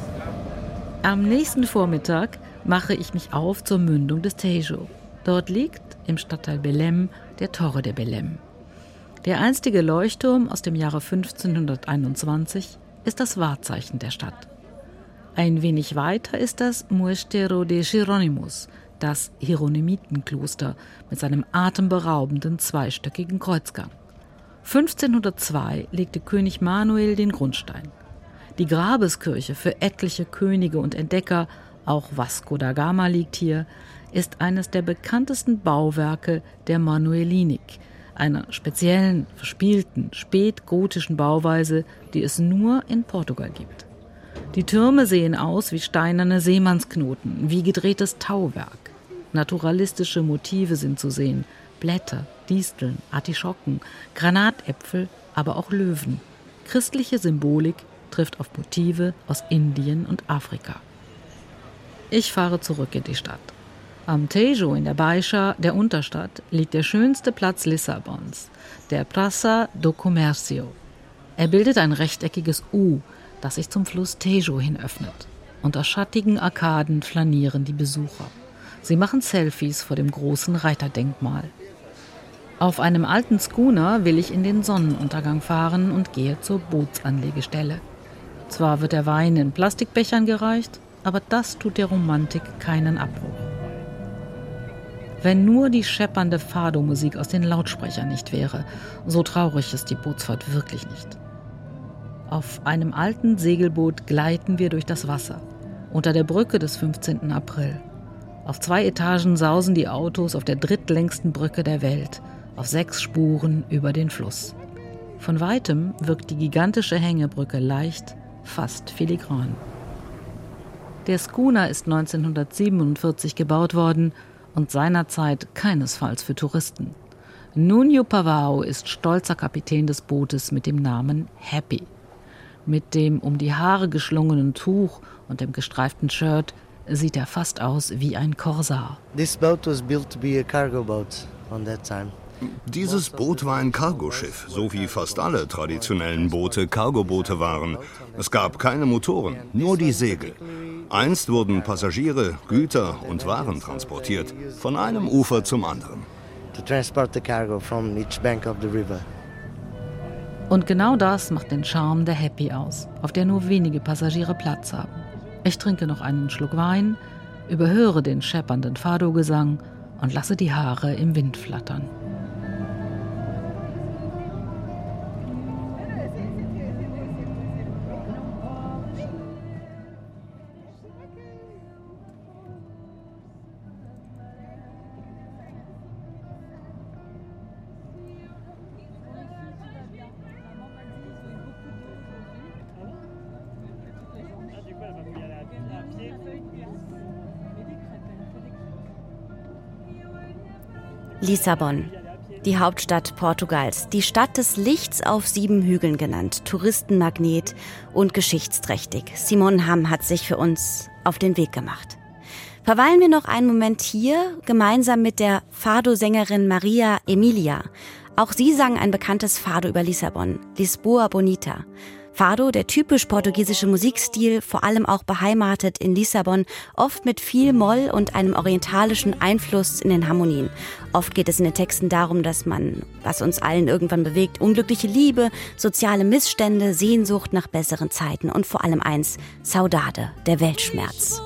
S: Am nächsten Vormittag mache ich mich auf zur Mündung des Tejo. Dort liegt im Stadtteil Belém der Torre de Belém. Der einstige Leuchtturm aus dem Jahre fünfzehnhunderteinundzwanzig ist das Wahrzeichen der Stadt. Ein wenig weiter ist das Mosteiro de Jerónimos, das Hieronymitenkloster mit seinem atemberaubenden zweistöckigen Kreuzgang. fünfzehnhundertzwei legte König Manuel den Grundstein. Die Grabeskirche für etliche Könige und Entdecker, auch Vasco da Gama liegt hier, ist eines der bekanntesten Bauwerke der Manuelinik, einer speziellen, verspielten, spätgotischen Bauweise, die es nur in Portugal gibt. Die Türme sehen aus wie steinerne Seemannsknoten, wie gedrehtes Tauwerk. Naturalistische Motive sind zu sehen, Blätter, Disteln, Artischocken, Granatäpfel, aber auch Löwen. Christliche Symbolik trifft auf Motive aus Indien und Afrika. Ich fahre zurück in die Stadt. Am Tejo in der Baixa, der Unterstadt, liegt der schönste Platz Lissabons, der Praça do Comércio. Er bildet ein rechteckiges U, das sich zum Fluss Tejo hin öffnet. Unter schattigen Arkaden flanieren die Besucher. Sie machen Selfies vor dem großen Reiterdenkmal. Auf einem alten Schooner will ich in den Sonnenuntergang fahren und gehe zur Bootsanlegestelle. Zwar wird der Wein in Plastikbechern gereicht, aber das tut der Romantik keinen Abbruch. Wenn nur die scheppernde Fado-Musik aus den Lautsprechern nicht wäre, so traurig ist die Bootsfahrt wirklich nicht. Auf einem alten Segelboot gleiten wir durch das Wasser, unter der Brücke des fünfzehnten April. Auf zwei Etagen sausen die Autos auf der drittlängsten Brücke der Welt, auf sechs Spuren über den Fluss. Von weitem wirkt die gigantische Hängebrücke leicht, fast filigran. Der Schooner ist neunzehnhundertsiebenundvierzig gebaut worden und seinerzeit keinesfalls für Touristen. Nuno Pavão ist stolzer Kapitän des Bootes mit dem Namen Happy. Mit dem um die Haare geschlungenen Tuch und dem gestreiften Shirt sieht er fast aus wie ein Korsar.
W: This boat was built to be a cargo boat on that time.
X: Dieses Boot war ein Cargoschiff, so wie fast alle traditionellen Boote Cargoboote waren. Es gab keine Motoren, nur die Segel. Einst wurden Passagiere, Güter und Waren transportiert, von einem Ufer zum anderen.
W: To transport the cargo from each bank of the river.
S: Und genau das macht den Charme der Happy aus, auf der nur wenige Passagiere Platz haben. Ich trinke noch einen Schluck Wein, überhöre den scheppernden Fado-Gesang und lasse die Haare im Wind flattern.
B: Lissabon, die Hauptstadt Portugals, die Stadt des Lichts auf sieben Hügeln genannt, Touristenmagnet und geschichtsträchtig. Simone Hamm hat sich für uns auf den Weg gemacht. Verweilen wir noch einen Moment hier, gemeinsam mit der Fado-Sängerin Maria Emilia. Auch sie sang ein bekanntes Fado über Lissabon, Lisboa Bonita. Fado, der typisch portugiesische Musikstil, vor allem auch beheimatet in Lissabon, oft mit viel Moll und einem orientalischen Einfluss in den Harmonien. Oft geht es in den Texten darum, dass man, was uns allen irgendwann bewegt, unglückliche Liebe, soziale Missstände, Sehnsucht nach besseren Zeiten und vor allem eins, Saudade, der Weltschmerz.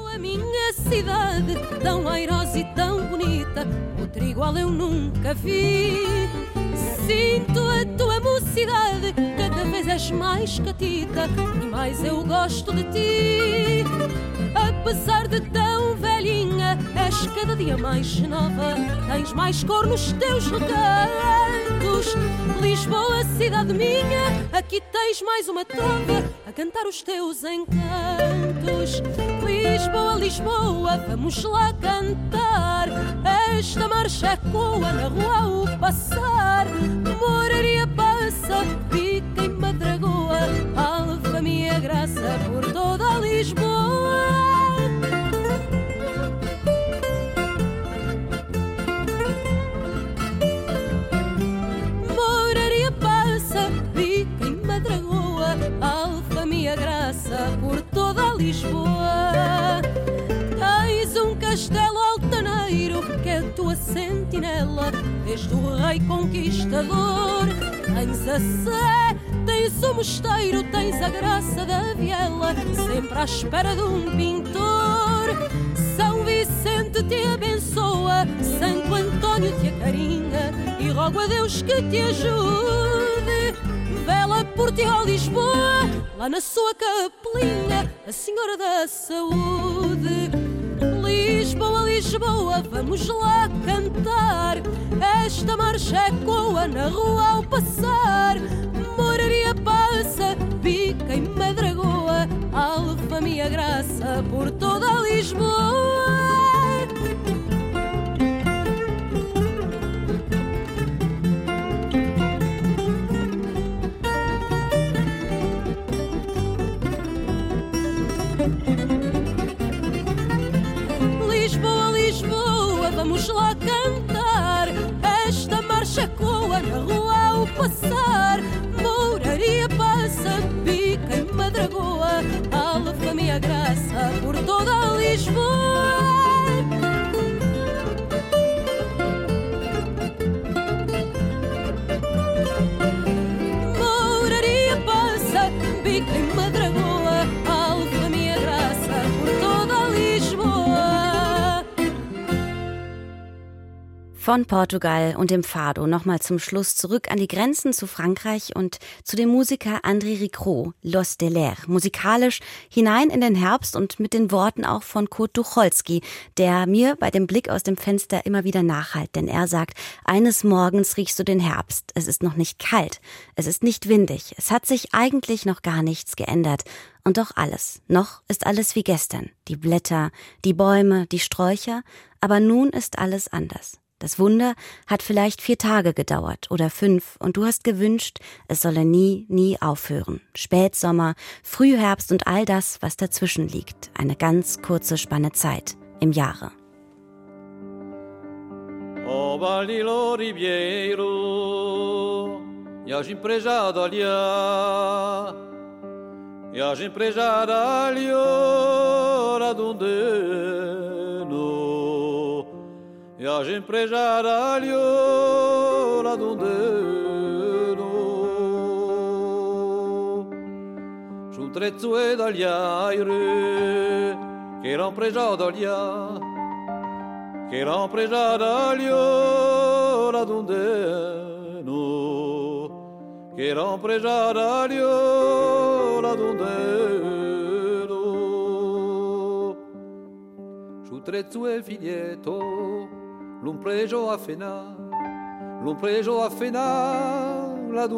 F: Sinto a tua mocidade, cada vez és mais catita e mais eu gosto de ti. Apesar de tão velhinha, és cada dia mais nova, tens mais cor nos teus recantos. Lisboa, cidade minha, aqui tens mais uma trova a cantar os teus encantos. Lisboa, Lisboa, vamos lá cantar. Esta marcha ecoa na rua ao passar. Moraria passa, pica em Madragoa, alfa-me a graça por toda a Lisboa. Moraria passa, pica em Madragoa, alfa-me a graça por toda a Lisboa. Tens um castelo altaneiro que é a tua sentinela, desde o rei conquistador. Tens a Sé, tens o mosteiro, tens a graça da viela, sempre à espera de um pintor. São Vicente te abençoa, Santo António te acarinha e rogo a Deus que te ajude. Vela por ti, ó Lisboa, lá na sua capelinha, a Senhora da Saúde. Lisboa, Lisboa, vamos lá cantar. Esta marcha ecoa na rua ao passar. Moraria passa, pica em Madragoa, alfa-me a graça por toda a Lisboa. Vamos lá cantar, esta marcha ecoa na rua ao passar. Moraria passa, pica em Madragoa, alfa-me a graça por toda a Lisboa. Moraria passa, pica em Madragoa, alfa-me a graça por toda a Lisboa.
B: Von Portugal und dem Fado nochmal zum Schluss zurück an die Grenzen zu Frankreich und zu dem Musiker André Ricrot, Los de l'Air. Musikalisch hinein in den Herbst und mit den Worten auch von Kurt Tucholsky, der mir bei dem Blick aus dem Fenster immer wieder nachhallt. Denn er sagt, eines Morgens riechst du den Herbst. Es ist noch nicht kalt, es ist nicht windig, es hat sich eigentlich noch gar nichts geändert. Und doch alles, noch ist alles wie gestern. Die Blätter, die Bäume, die Sträucher, aber nun ist alles anders. Das Wunder hat vielleicht vier Tage gedauert oder fünf und du hast gewünscht, es solle nie, nie aufhören. Spätsommer, Frühherbst und all das, was dazwischen liegt. Eine ganz kurze Spanne Zeit im Jahre.
H: O Balilo Ribeiro, ja imprejado aliá, ja imprejado alió, radundeno. Ja imprejado alió, radundeno. Juntrezzo ed aliaire, che l'han pregiato aliá, che l'han pregiato alió, radundeno, che l'han pregiato alió, radundeno. Juntrezzo e figlietto, l'un pregio a fena, l'un pregio a fena,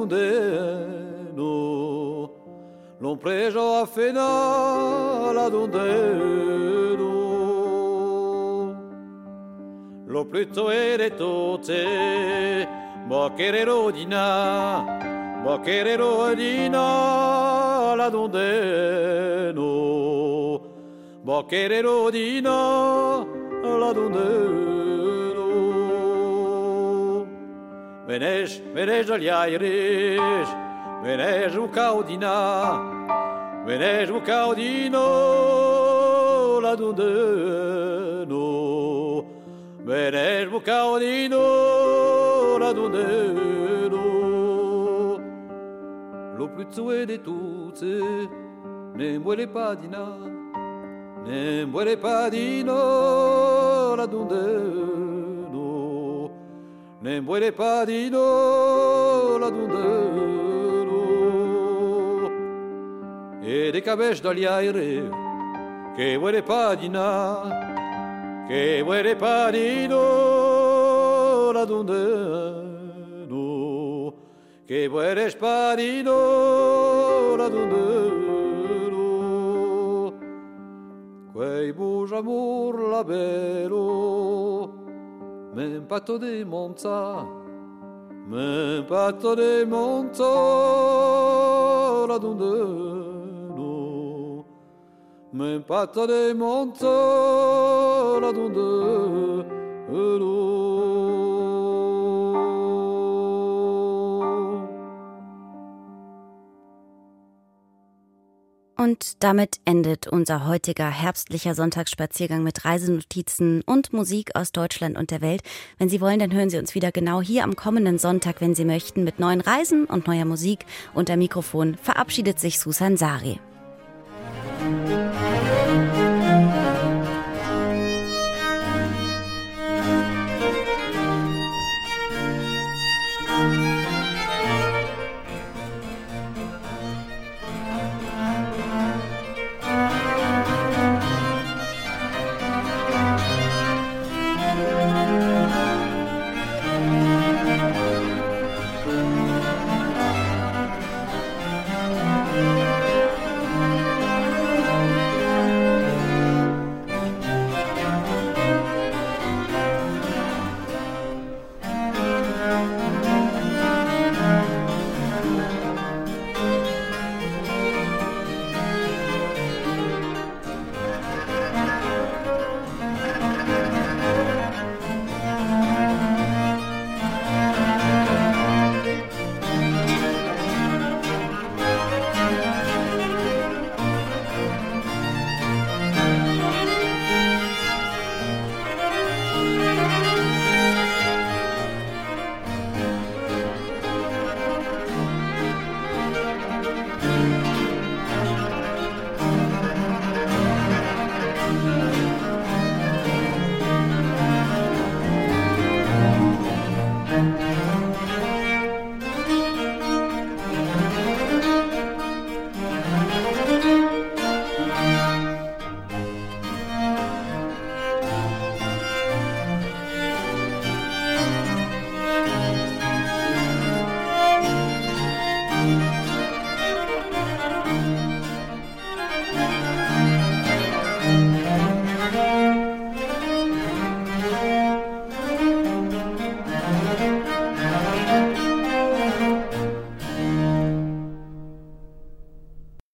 H: radundeno. L'un pregio a fena, radundeno. Lo plutto e le tote, ma che rodina, ma che rodina, radundeno. Ma che rodina, radundeno. Veneș, veneș al Iaireș, Venejo caudina, venejo caudino, la dundeno, venejo caudino, la dundeno. Lo plutzoe de tutte, ne muere padina, ne muere padino, la dundeno, ne muere padino, la dundeno. E de cabeça d'oliaire, che muere padina, che muere padino, la dundeno, che muere padino, la dundeno. Quei bouge amour la bello, men patto de Monza, men patto de Monza, la dundeno. Men patto de Monza, la dundeno.
B: Und damit endet unser heutiger herbstlicher Sonntagsspaziergang mit Reisenotizen und Musik aus Deutschland und der Welt. Wenn Sie wollen, dann hören Sie uns wieder genau hier am kommenden Sonntag, wenn Sie möchten, mit neuen Reisen und neuer Musik. Unter Mikrofon verabschiedet sich Susan Sari.